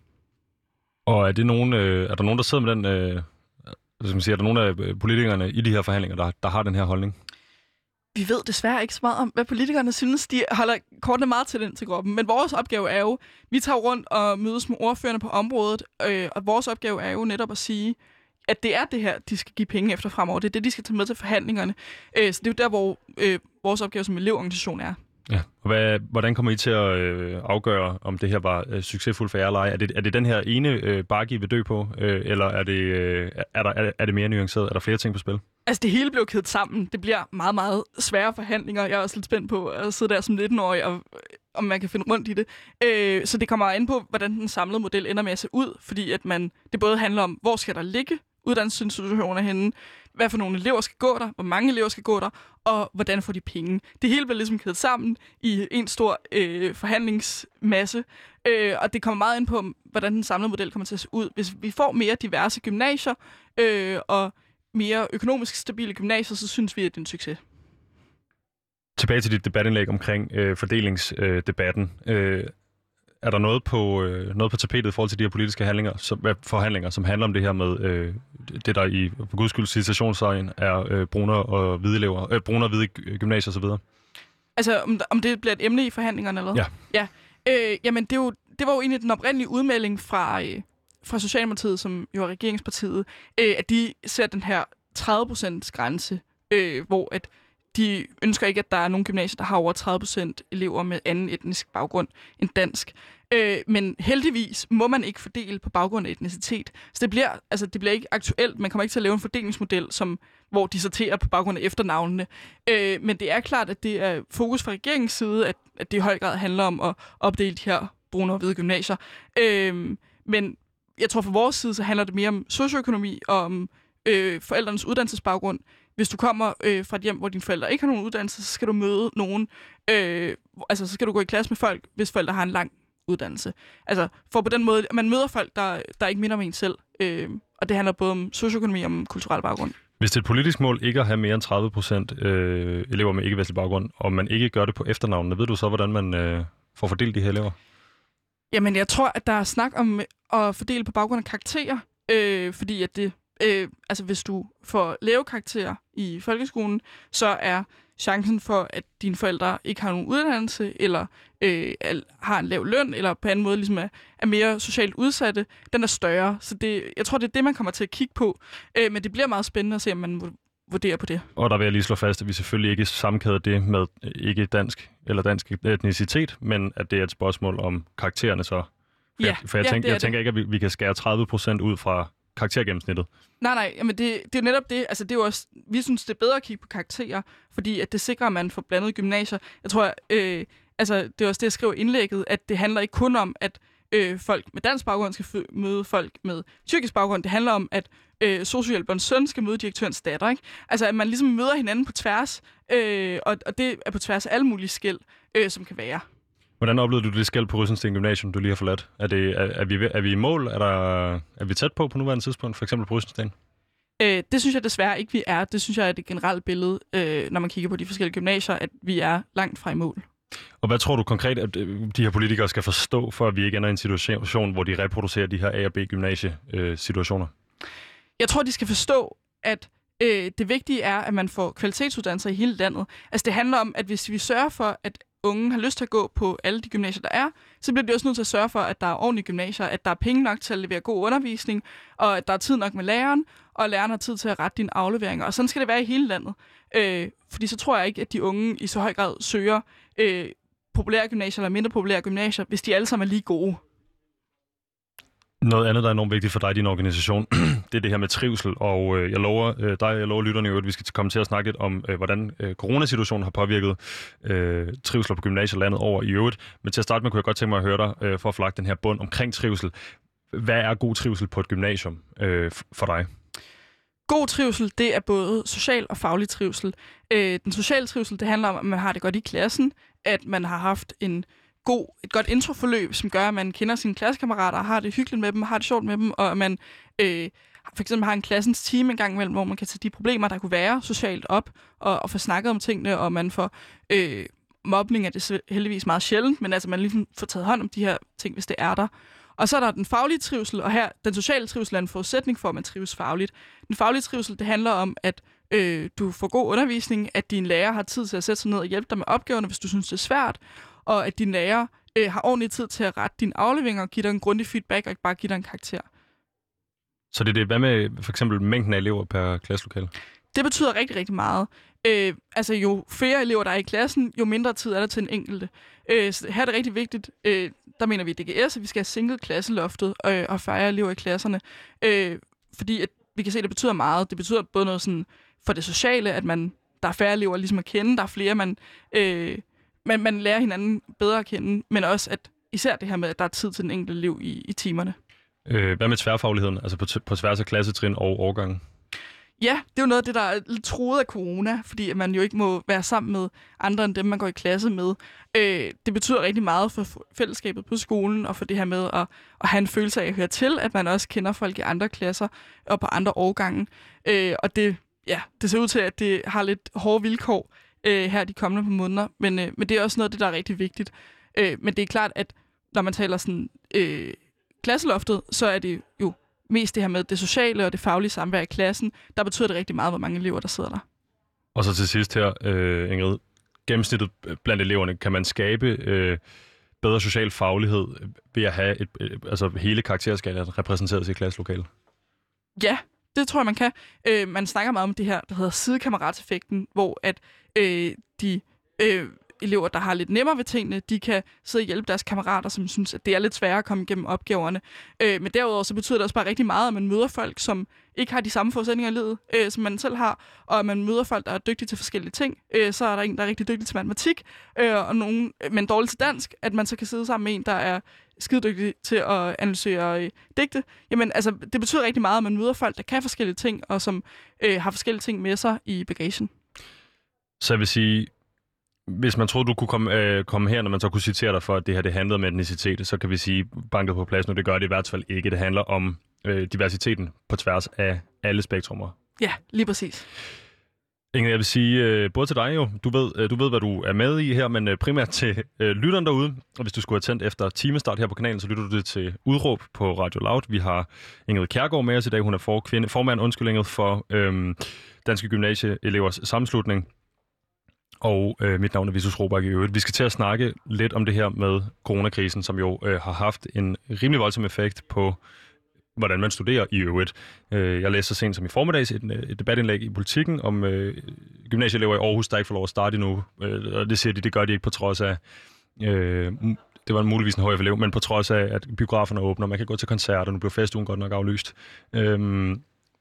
Og er det nogen, øh, er der nogen, der sidder med den, øh, hvad skal man sige, er der nogen af politikerne i de her forhandlinger, der, der har den her holdning? Vi ved desværre ikke så meget om, hvad politikerne synes. De holder kortene meget til den til gruppen. Men vores opgave er jo, vi tager rundt og mødes med ordførerne på området, øh, og vores opgave er jo netop at sige, at det er det her, de skal give penge efter fremover. Det er det, de skal tage med til forhandlingerne. Øh, så det er jo der, hvor øh, vores opgave som elevorganisation er. Ja. Og hvad, hvordan kommer I til at øh, afgøre, om det her var øh, succesfuldt for jer eller ej? Er det, er det den her ene øh, bakke, I vil dø på, øh, eller er det, øh, er, der, er, er det mere nuanceret? Er der flere ting på spil? Altså, det hele blev kædet sammen. Det bliver meget, meget svære forhandlinger. Jeg er også lidt spændt på at sidde der som nitten-årig, og om man kan finde rundt i det. Øh, så det kommer ind på, hvordan den samlede model ender med at se ud, fordi at man, det både handler om, hvor skal der ligge uddannelsesinstitutioner henne, hvad for nogle elever skal gå der, hvor mange elever skal gå der, og hvordan får de penge. Det hele bliver ligesom kædet sammen i en stor øh, forhandlingsmasse, øh, og det kommer meget ind på, hvordan den samlede model kommer til at se ud. Hvis vi får mere diverse gymnasier øh, og mere økonomisk stabile gymnasier, så synes vi, at det er en succes. Tilbage til dit debatindlæg omkring øh, fordelingsdebatten. Øh, er der noget på, øh, noget på tapetet i forhold til de her politiske handlinger, som, forhandlinger, som handler om det her med øh, det, der i for guds skyld citationsserien er øh, brune og hvide elever, øh, brune og hvide gymnasier osv.? Altså, om, om det bliver et emne i forhandlingerne, eller? Ja. Ja. Øh, jamen, det, er jo, det var jo egentlig den oprindelige udmelding fra, øh, fra Socialdemokratiet, som jo er regeringspartiet, øh, at de ser den her tredive procent grænse, øh, hvor at de ønsker ikke, at der er nogen gymnasier, der har over tredive procent elever med anden etnisk baggrund end dansk. Øh, men heldigvis må man ikke fordele på baggrund af etnicitet. Så det bliver, altså, det bliver ikke aktuelt. Man kommer ikke til at lave en fordelingsmodel, som, hvor de sorterer på baggrund af efternavnene. Øh, men det er klart, at det er fokus fra regeringens side, at, at det i høj grad handler om at opdele de her brune og hvide gymnasier. Øh, men jeg tror, fra vores side, så handler det mere om socioøkonomi og om øh, forældrenes uddannelsesbaggrund. Hvis du kommer øh, fra et hjem, hvor dine forældre ikke har nogen uddannelse, så skal du møde nogen, øh, altså så skal du gå i klasse med folk, hvis forældre har en lang uddannelse. Altså for på den måde, man møder folk, der, der ikke minder om en selv, øh, og det handler både om socioøkonomi og om kulturel baggrund. Hvis det er et politisk mål ikke at have mere end tredive procent øh, elever med ikke-vestlig baggrund, og man ikke gør det på efternavnene, ved du så, hvordan man øh, får fordelt de her elever? Jamen, jeg tror, at der er snak om at fordele på baggrund af karakterer, øh, fordi at det Øh, altså hvis du får lave karakterer i folkeskolen, så er chancen for, at dine forældre ikke har nogen uddannelse, eller øh, har en lav løn, eller på anden måde ligesom er, er mere socialt udsatte, den er større. Så det, jeg tror, det er det, man kommer til at kigge på. Øh, men det bliver meget spændende at se, om man vurderer på det. Og der vil jeg lige slå fast, at vi selvfølgelig ikke sammenkæder det med ikke dansk eller dansk etnicitet, men at det er et spørgsmål om karaktererne så. For ja, jeg, for jeg, ja, tænker, jeg tænker det. ikke, at vi, vi kan skære tredive procent ud fra karaktergennemsnittet. Nej, nej, jamen det, det er netop det. Altså det er jo også, vi synes, det er bedre at kigge på karakterer, fordi at det sikrer, at man får blandet gymnasier. Jeg tror, øh, altså det er også det, jeg skriver i indlægget, at det handler ikke kun om, at øh, folk med dansk baggrund skal f- møde folk med tyrkisk baggrund. Det handler om, at øh, sociohjælperens søn skal møde direktørens datter, ikke? Altså at man ligesom møder hinanden på tværs, øh, og, og det er på tværs af alle mulige skel, øh, som kan være. Hvordan oplevede du det skel på Rysensteen Gymnasium, du lige har forladt? Er, det, er, er, vi, er vi i mål? Er, der, er vi tæt på på nuværende tidspunkt, for eksempel på Rysensteen? Øh, det synes jeg desværre ikke, vi er. Det synes jeg er det generelle billede, øh, når man kigger på de forskellige gymnasier, at vi er langt fra i mål. Og hvad tror du konkret, at de her politikere skal forstå, for at vi ikke ender i en situation, hvor de reproducerer de her A- og B-gymnasie-situationer? Jeg tror, de skal forstå, at øh, det vigtige er, at man får kvalitetsuddannelser i hele landet. Altså det handler om, at hvis vi sørger for, at unge har lyst til at gå på alle de gymnasier, der er, så bliver de også nødt til at sørge for, at der er ordentlige gymnasier, at der er penge nok til at levere god undervisning, og at der er tid nok med læreren, og læreren har tid til at rette dine afleveringer. Og sådan skal det være i hele landet. Øh, fordi så tror jeg ikke, at de unge i så høj grad søger øh, populære gymnasier eller mindre populære gymnasier, hvis de alle sammen er lige gode. Noget andet, der er enormt vigtigt for dig i din organisation, det er det her med trivsel, og øh, jeg lover øh, dig, jeg lover lytterne jo, at vi skal komme til at snakke lidt om, øh, hvordan øh, coronasituationen har påvirket øh, trivsel på gymnasiet landet over i øvrigt. Men til at starte med kunne jeg godt tænke mig at høre dig, øh, for at få lagt den her bund omkring trivsel. Hvad er god trivsel på et gymnasium øh, for dig? God trivsel, det er både social og faglig trivsel. Øh, den sociale trivsel, det handler om, at man har det godt i klassen, at man har haft en god, et godt introforløb, som gør, at man kender sine klassekammerater, har det hyggeligt med dem, har det sjovt med dem, og at man øh, for eksempel har en klassens team en gang imellem, hvor man kan tage de problemer, der kunne være socialt op, og, og få snakket om tingene, og man får øh, mobning er det heldigvis meget sjældent, men altså man ligesom får taget hånd om de her ting, hvis det er der. Og så er der den faglige trivsel, og her, den sociale trivsel er en forudsætning for, at man trives fagligt. Den faglige trivsel, det handler om, at øh, du får god undervisning, at din lærer har tid til at sætte sig ned og hjælpe dig med opgaverne, hvis du synes, det er svært, og at din lærer øh, har ordentlig tid til at rette dine afleveringer og give dig en grundig feedback, og ikke bare give dig en karakter. Så det er det. Hvad med for eksempel mængden af elever per klasselokale? Det betyder rigtig, rigtig meget. Øh, altså jo flere elever, der er i klassen, jo mindre tid er der til en enkelte. Øh, så her er det rigtig vigtigt, øh, der mener vi i D G S, at vi skal have sænket klasseloftet øh, og færre elever i klasserne. Øh, fordi at vi kan se, at det betyder meget. Det betyder både noget sådan for det sociale, at man, der er færre elever ligesom at kende, der er flere, man, øh, man, man lærer hinanden bedre at kende, men også at især det her med, at der er tid til den enkelte elev i, i timerne. Øh, hvad med tværfagligheden, altså på, på tværs af klassetrin og årgangen? Ja, det er jo noget af det, der er lidt truet af corona, fordi at man jo ikke må være sammen med andre end dem, man går i klasse med. Øh, det betyder rigtig meget for fællesskabet på skolen, og for det her med at, at have en følelse af at høre til, at man også kender folk i andre klasser og på andre årgange. Øh, og det, ja, det ser ud til, at det har lidt hårde vilkår øh, her de kommende par måneder, men, øh, men det er også noget af det, der er rigtig vigtigt. Øh, men det er klart, at når man taler sådan øh, klasseloftet, så er det jo mest det her med det sociale og det faglige samvær i klassen, der betyder det rigtig meget, hvor mange elever, der sidder der. Og så til sidst her, øh, Ingrid, gennemsnittet blandt eleverne, kan man skabe øh, bedre social faglighed ved at have et, øh, altså hele karakterskalaen repræsenteret i klasselokalet? Ja, det tror jeg, man kan. Øh, man snakker meget om det her, der hedder sidekammerateffekten, hvor at øh, de øh, elever, der har lidt nemmere ved tingene, de kan sidde og hjælpe deres kammerater, som synes, at det er lidt sværere at komme igennem opgaverne. Øh, men derudover så betyder det også bare rigtig meget, at man møder folk, som ikke har de samme forudsætninger i livet, øh, som man selv har, og at man møder folk, der er dygtige til forskellige ting. Øh, så er der en, der er rigtig dygtig til matematik, øh, og nogen, men dårlig til dansk, at man så kan sidde sammen med en, der er skidedygtig til at analysere øh, digte. Jamen, altså, det betyder rigtig meget, at man møder folk, der kan forskellige ting, og som øh, har forskellige ting med sig i bagagen. Så jeg vil sige, hvis man troede, du kunne komme, øh, komme her, når man så kunne citere dig for, at det her det handlede om etnicitet, så kan vi sige, banket på plads nu, det gør det i hvert fald ikke. Det handler om øh, diversiteten på tværs af alle spektrummer. Ja, lige præcis. Ingrid, jeg vil sige, øh, både til dig jo, du ved, øh, du ved, hvad du er med i her, men øh, primært til øh, lytteren derude. Og hvis du skulle have tændt efter timestart her på kanalen, så lytter du det til Udråb på Radio Loud. Vi har Ingrid Kjærgaard med os i dag. Hun er for, kvinde, formand undskyld, Ingrid, for øh, Danske Gymnasieelevers Sammenslutning. Og øh, mit navn er Vitus Robak i øvrigt. Vi skal til at snakke lidt om det her med coronakrisen, som jo øh, har haft en rimelig voldsom effekt på, hvordan man studerer i øvrigt. Øh, jeg læste så sent som i formiddags et, et debatindlæg i Politikken om øh, gymnasieelever i Aarhus, der ikke får lov at starte endnu. Øh, og det siger de, det gør de ikke på trods af, øh, det var muligvis en H F elev, men på trods af, at biograferne åbner, man kan gå til koncerter, nu blev festugen godt nok aflyst. Øh,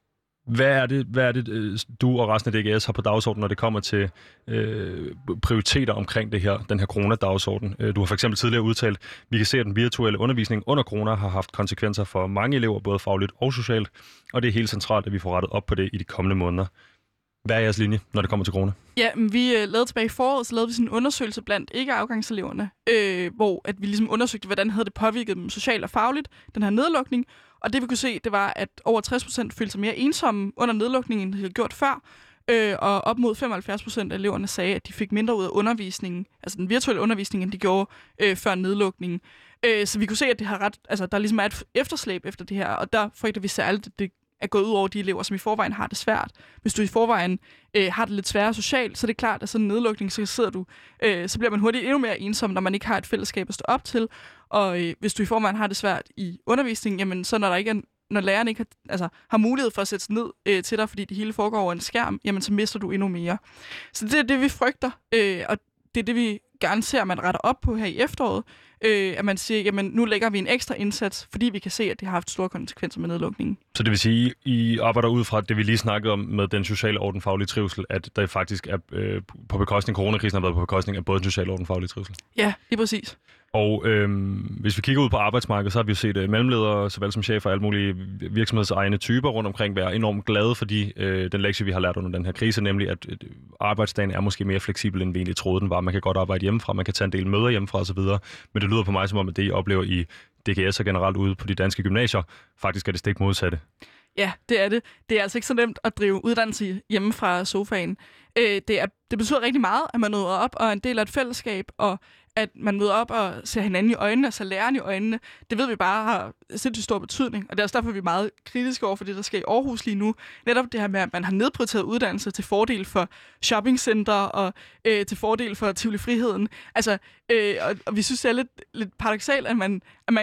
Hvad er det, hvad er det du og resten af D G S har på dagsordenen, når det kommer til øh, prioriteter omkring det her, den her corona-dagsorden? Du har for eksempel tidligere udtalt, at vi kan se, at den virtuelle undervisning under corona har haft konsekvenser for mange elever, både fagligt og socialt, og det er helt centralt, at vi får rettet op på det i de kommende måneder. Hvad er jeres linje, når det kommer til corona? Ja, men vi øh, lavede tilbage i foråret, så lavede vi sådan en undersøgelse blandt ikke-afgangseleverne, øh, hvor at vi ligesom undersøgte, hvordan havde det påvirket dem socialt og fagligt, den her nedlukning. Og det vi kunne se, det var, at over tres procent følte sig mere ensomme under nedlukningen, end de havde gjort før. Øh, og op mod femoghalvfjerds procent af eleverne sagde, at de fik mindre ud af undervisningen, altså den virtuelle undervisning, end de gjorde øh, før nedlukningen. Øh, så vi kunne se, at det har ret, altså, der ligesom er et efterslæb efter det her, og der frygter vi særligt, at det er gået ud over de elever, som i forvejen har det svært. Hvis du i forvejen øh, har det lidt sværere socialt, så er det klart, at sådan en nedlukning, så sidder du, øh, så bliver man hurtigt endnu mere ensom, når man ikke har et fællesskab at stå op til. Og øh, hvis du i forvejen har det svært i undervisningen, jamen så når der ikke er, når læreren ikke har, altså, har mulighed for at sætte sig ned øh, til dig, fordi det hele foregår over en skærm, jamen så mister du endnu mere. Så det er det, vi frygter, øh, og det er det, vi gerne ser, at man retter op på her i efteråret. Øh, at man siger, jamen nu lægger vi en ekstra indsats, fordi vi kan se, at det har haft store konsekvenser med nedlukningen. Så det vil sige, I arbejder ud fra det, vi lige snakkede om med den sociale og den faglige trivsel, at der faktisk er øh, på bekostning, coronakrisen har været på bekostning af både den sociale og den faglige trivsel? Ja, lige præcis. Og øhm, hvis vi kigger ud på arbejdsmarkedet, så har vi jo set uh, mellemledere, såvel som chefer og alle mulige virksomhedsegne typer rundt omkring være enormt glade for de, øh, den lektie, vi har lært under den her krise, nemlig at øh, arbejdsdagen er måske mere fleksibel, end vi egentlig troede den var. Man kan godt arbejde hjemmefra, man kan tage en del møder hjemmefra osv., men det lyder på mig som om, at det, I oplever i D G S og generelt ude på de danske gymnasier, faktisk er det stik modsatte. Ja, det er det. Det er altså ikke så nemt at drive uddannelse hjemme fra sofaen. Øh, det, er, det betyder rigtig meget, at man møder op og er en del af et fællesskab, og at man møder op og ser hinanden i øjnene og ser læreren i øjnene. Det ved vi bare har sindssygt stor betydning, og det er også derfor, vi er meget kritiske over for det, der sker i Aarhus lige nu. Netop det her med, at man har nedprioriteret uddannelse til fordel for shoppingcenter og øh, til fordel for Tivoli Friheden. Altså, øh, og, og vi synes, det er lidt, lidt paradoksalt, at man, at man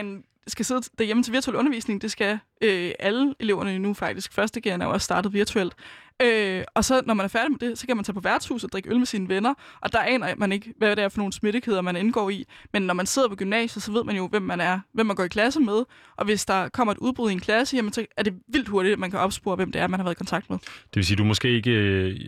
skal sidde derhjemme til virtuel undervisning. Det skal øh, alle eleverne nu faktisk. Første G'erne er jo også startet virtuelt. Øh, og så, når man er færdig med det, så kan man tage på værtshus og drikke øl med sine venner, og der aner man ikke, hvad det er for nogle smittekæder, man indgår i. Men når man sidder på gymnasiet, så ved man jo, hvem man er, hvem man går i klasse med, og hvis der kommer et udbrud i en klasse, jamen, så er det vildt hurtigt, at man kan opspore, hvem det er, man har været i kontakt med. Det vil sige, du måske ikke... Øh,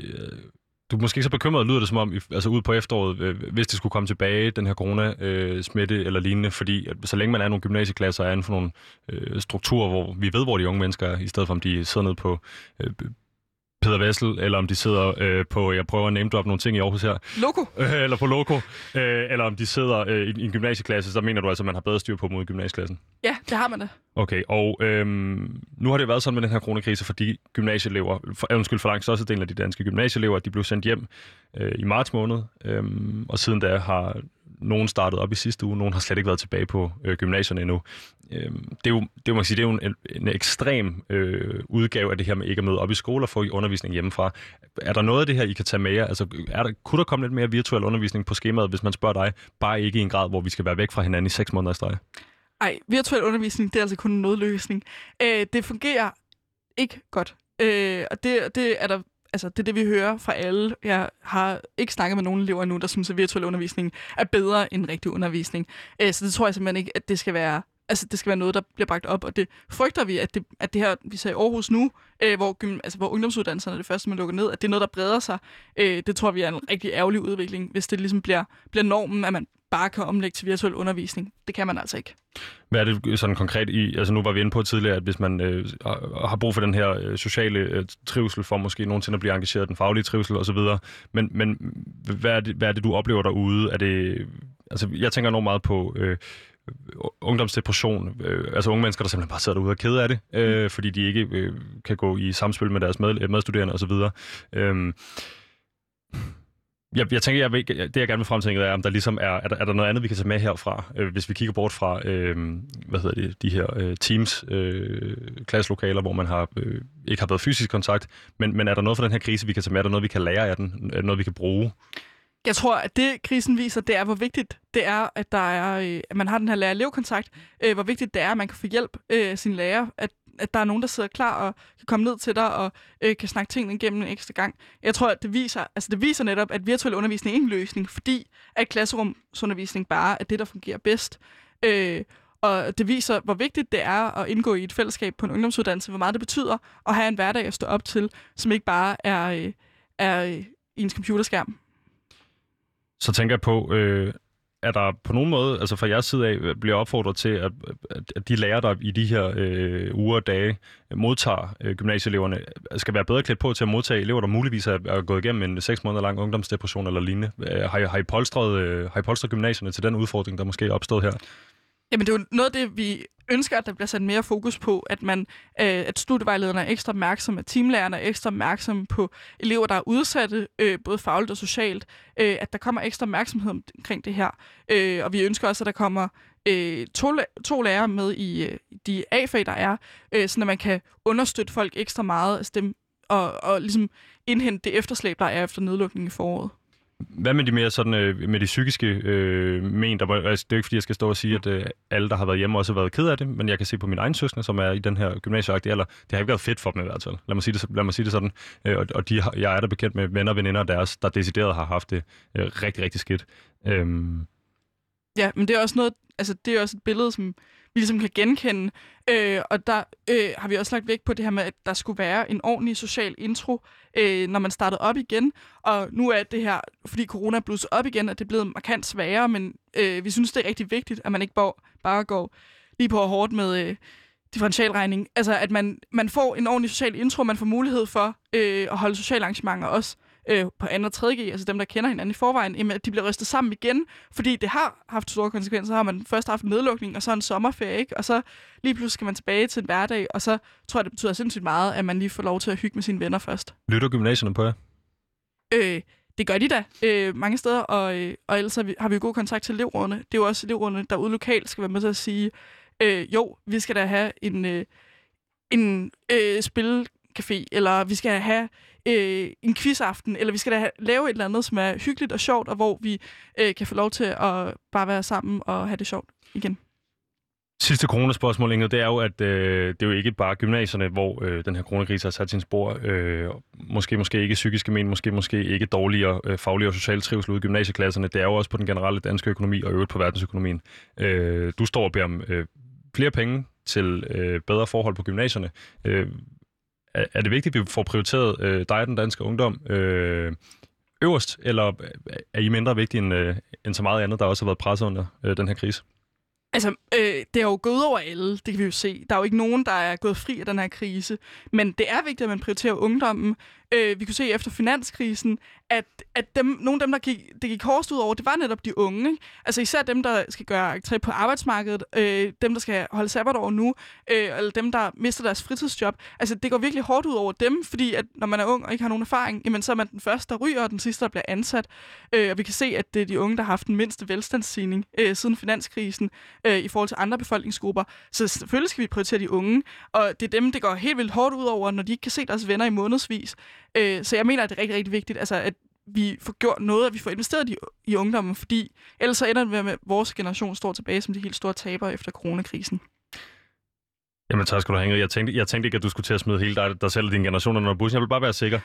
du er måske ikke så bekymret, lyder det som om, altså ud på efteråret, øh, hvis det skulle komme tilbage, den her corona-smitte øh, eller lignende, fordi at, så længe man er nogle gymnasieklasser, er inden for nogle øh, strukturer, hvor vi ved, hvor de unge mennesker er, i stedet for om de sidder nede på... Øh, Peder Vessel, eller om de sidder øh, på, jeg prøver at name-drop nogle ting i Aarhus her. Loco. Øh, eller på Loco. Øh, eller om de sidder øh, i, i en gymnasieklasse, så mener du altså, at man har bedre styr på mod gymnasieklassen? Ja, det har man da. Okay, og øhm, nu har det været sådan med den her coronakrise, fordi gymnasieelever, for, undskyld for langt størstedelen af de danske gymnasieelever, de blev sendt hjem øh, i marts måned, øh, og siden da har nogen startet op i sidste uge, nogen har slet ikke været tilbage på øh, gymnasierne endnu. Øh, det er jo, det, man sige, det er jo en, en ekstrem øh, udgave af det her med ikke at møde op i skole og få undervisning hjemmefra. Er der noget af det her, I kan tage med jer? Altså, er der, kunne der komme lidt mere virtuel undervisning på skemaet, hvis man spørger dig, bare ikke i en grad, hvor vi skal være væk fra hinanden i seks måneder i streg? Ej, virtuel undervisning, det er altså kun en nødløsning. Øh, det fungerer ikke godt. Øh, og det, det er der Altså, det er det, vi hører fra alle. Jeg har ikke snakket med nogen elever endnu, der synes, at virtuel undervisning er bedre end rigtig undervisning. Øh, så det tror jeg simpelthen ikke, at det skal være... Altså, det skal være noget, der bliver bragt op, og det frygter vi, at det, at det her, vi ser i Aarhus nu, øh, hvor, gym, altså, hvor ungdomsuddannelserne er det første, man lukker ned, at det er noget, der breder sig. Øh, det tror vi er en rigtig ærgerlig udvikling, hvis det ligesom bliver, bliver normen, at man bare kan omlægge til virtuel undervisning. Det kan man altså ikke. Hvad er det sådan konkret i? Altså nu var vi inde på tidligere, at hvis man øh, har brug for den her øh, sociale øh, trivsel, for måske nogensinde at blive engageret i den faglige trivsel osv., men, men hvad, er det, hvad er det, du oplever derude? Er det, altså, jeg tænker enormt meget på... Øh, ungdomsdepression, øh, altså unge mennesker, der simpelthen bare sidder derude og er kede af det, øh, fordi de ikke øh, kan gå i samspil med deres med, medstuderende osv. Øh, jeg, jeg tænker, jeg vil, det jeg gerne vil fremtænke er, om der ligesom er, er der, er der noget andet, vi kan tage med herfra, øh, hvis vi kigger bort fra, øh, hvad hedder det, de her øh, teams, øh, klasselokaler, hvor man har, øh, ikke har været fysisk kontakt, men, men er der noget for den her krise, vi kan tage med? Er der noget, vi kan lære af den? Er der noget, vi kan bruge? Jeg tror, at det, krisen viser, det er, hvor vigtigt det er, at, der er, øh, at man har den her lærer-elev-kontakt. Øh, hvor vigtigt det er, at man kan få hjælp øh, af sin lærer. At, at der er nogen, der sidder klar og kan komme ned til dig og øh, kan snakke tingene igennem en ekstra gang. Jeg tror, at det viser, altså det viser netop, at virtuel undervisning er en løsning, fordi at klasserumsundervisning bare er det, der fungerer bedst. Øh, og det viser, hvor vigtigt det er at indgå i et fællesskab på en ungdomsuddannelse, hvor meget det betyder at have en hverdag at stå op til, som ikke bare er, øh, er øh, ens computerskærm. Så tænker jeg på, øh, er der på nogen måde, altså fra jeres side af, bliver opfordret til, at, at de lærere, der i de her øh, uger og dage modtager øh, gymnasieeleverne, skal være bedre klædt på til at modtage elever, der muligvis er, er gået igennem en seks måneder lang ungdomsdepression eller lignende. Har I, har I, polstret, øh, har I polstret gymnasierne til den udfordring, der måske er opstået her? Jamen det er jo noget af det, vi ønsker, at der bliver sat mere fokus på, at man, øh, at studievejlederne er ekstra opmærksomme, at teamlærerne er ekstra opmærksomme på elever, der er udsatte, øh, både fagligt og socialt, øh, at der kommer ekstra opmærksomhed omkring det her. Øh, og vi ønsker også, at der kommer øh, to, to lærere med i øh, de A-fag, der er, øh, så man kan understøtte folk ekstra meget, altså dem, og, og ligesom indhente det efterslæb, der er efter nedlukningen i foråret. Hvad med de mere sådan, øh, med de psykiske øh, men? Der må, altså, det er jo ikke, fordi jeg skal stå og sige, at øh, alle, der har været hjemme, også har været ked af det, men jeg kan se på mine egne søskende, som er i den her gymnasieagtige alder, det har ikke været fedt for dem i hvert fald. Lad mig sige det, lad mig sige det sådan. Øh, og og de har, jeg er der bekendt med venner og veninder deres, der decideret har haft det øh, rigtig, rigtig skidt. Øhm. Ja, men det er også noget, altså det er også et billede, som vi ligesom kan genkende. Øh, og der øh, har vi også lagt vægt på det her med, at der skulle være en ordentlig social intro, øh, når man startede op igen. Og nu er det her, fordi corona er blusset op igen, at det er blevet markant sværere, men øh, vi synes, det er rigtig vigtigt, at man ikke bare går lige på hårdt med øh, differentialregning. Altså, at man, man får en ordentlig social intro, man får mulighed for øh, at holde sociale arrangementer også øh, på anden og tredje G, altså dem, der kender hinanden i forvejen, jamen, at de bliver rystet sammen igen, fordi det har haft store konsekvenser. Så har man først haft en nedlukning, og så en sommerferie, ikke? Og så lige pludselig skal man tilbage til en hverdag, og så tror jeg, det betyder sindssygt meget, at man lige får lov til at hygge med sine venner først. Lytter gymnasierne på jer? Øh, det gør de da øh, mange steder, og, øh, og ellers har vi, har vi jo god kontakt til elevrådene. Det er jo også elevrådene, der ude lokalt skal være med til at sige, øh, jo, vi skal da have en, øh, en øh, spilcafé, eller vi skal have øh, en quizaften, eller vi skal da have, lave et eller andet, som er hyggeligt og sjovt, og hvor vi øh, kan få lov til at bare være sammen og have det sjovt igen. Sidste coronaspørgsmål, Inge, det er jo, at øh, det er jo ikke bare gymnasierne, hvor øh, den her coronakrise har sat sin spor. Øh, måske, måske ikke psykiske men, måske, måske ikke dårligere øh, faglige og sociale trivsel ude i gymnasieklasserne. Det er jo også på den generelle danske økonomi og øvrigt på verdensøkonomien. Øh, du står og beder om øh, flere penge til øh, bedre forhold på gymnasierne. Øh, er, er det vigtigt, at vi får prioriteret øh, dig og den danske ungdom øh, øverst, eller er I mindre vigtige end, øh, end så meget andet, der også har været presset under øh, den her krise? Altså, øh, det er jo gået ud over alle, det kan vi jo se. Der er jo ikke nogen, der er gået fri af den her krise. Men det er vigtigt, at man prioriterer ungdommen. Øh, vi kunne se efter finanskrisen, at, at dem, nogle af dem, der gik, det gik hårdest ud over, det var netop de unge. Ikke? Altså især dem, der skal gøre entré på arbejdsmarkedet, øh, dem, der skal holde sabbatår nu, øh, eller dem, der mister deres fritidsjob. Altså det går virkelig hårdt ud over dem, fordi at når man er ung og ikke har nogen erfaring, jamen, så er man den første, der ryger, og den sidste, der bliver ansat. Øh, og vi kan se, at det er de unge, der har haft den mindste velstandsstigning øh, siden finanskrisen øh, i forhold til andre befolkningsgrupper. Så selvfølgelig skal vi prioritere de unge, og det er dem, det går helt vildt hårdt ud over, når de ikke kan se deres venner i månedsvis. Øh, så jeg mener, at det er rigtig, rigtig vigtigt, altså, at vi får gjort noget, at vi får investeret i, i ungdommen, fordi ellers så ender det med, at vores generation står tilbage som de helt store tabere efter coronakrisen. Jamen tak skal du have. Jeg tænkte, jeg tænkte ikke, at du skulle til at smide hele dig, dig selv og dine generationer under bussen. Jeg vil bare være sikker.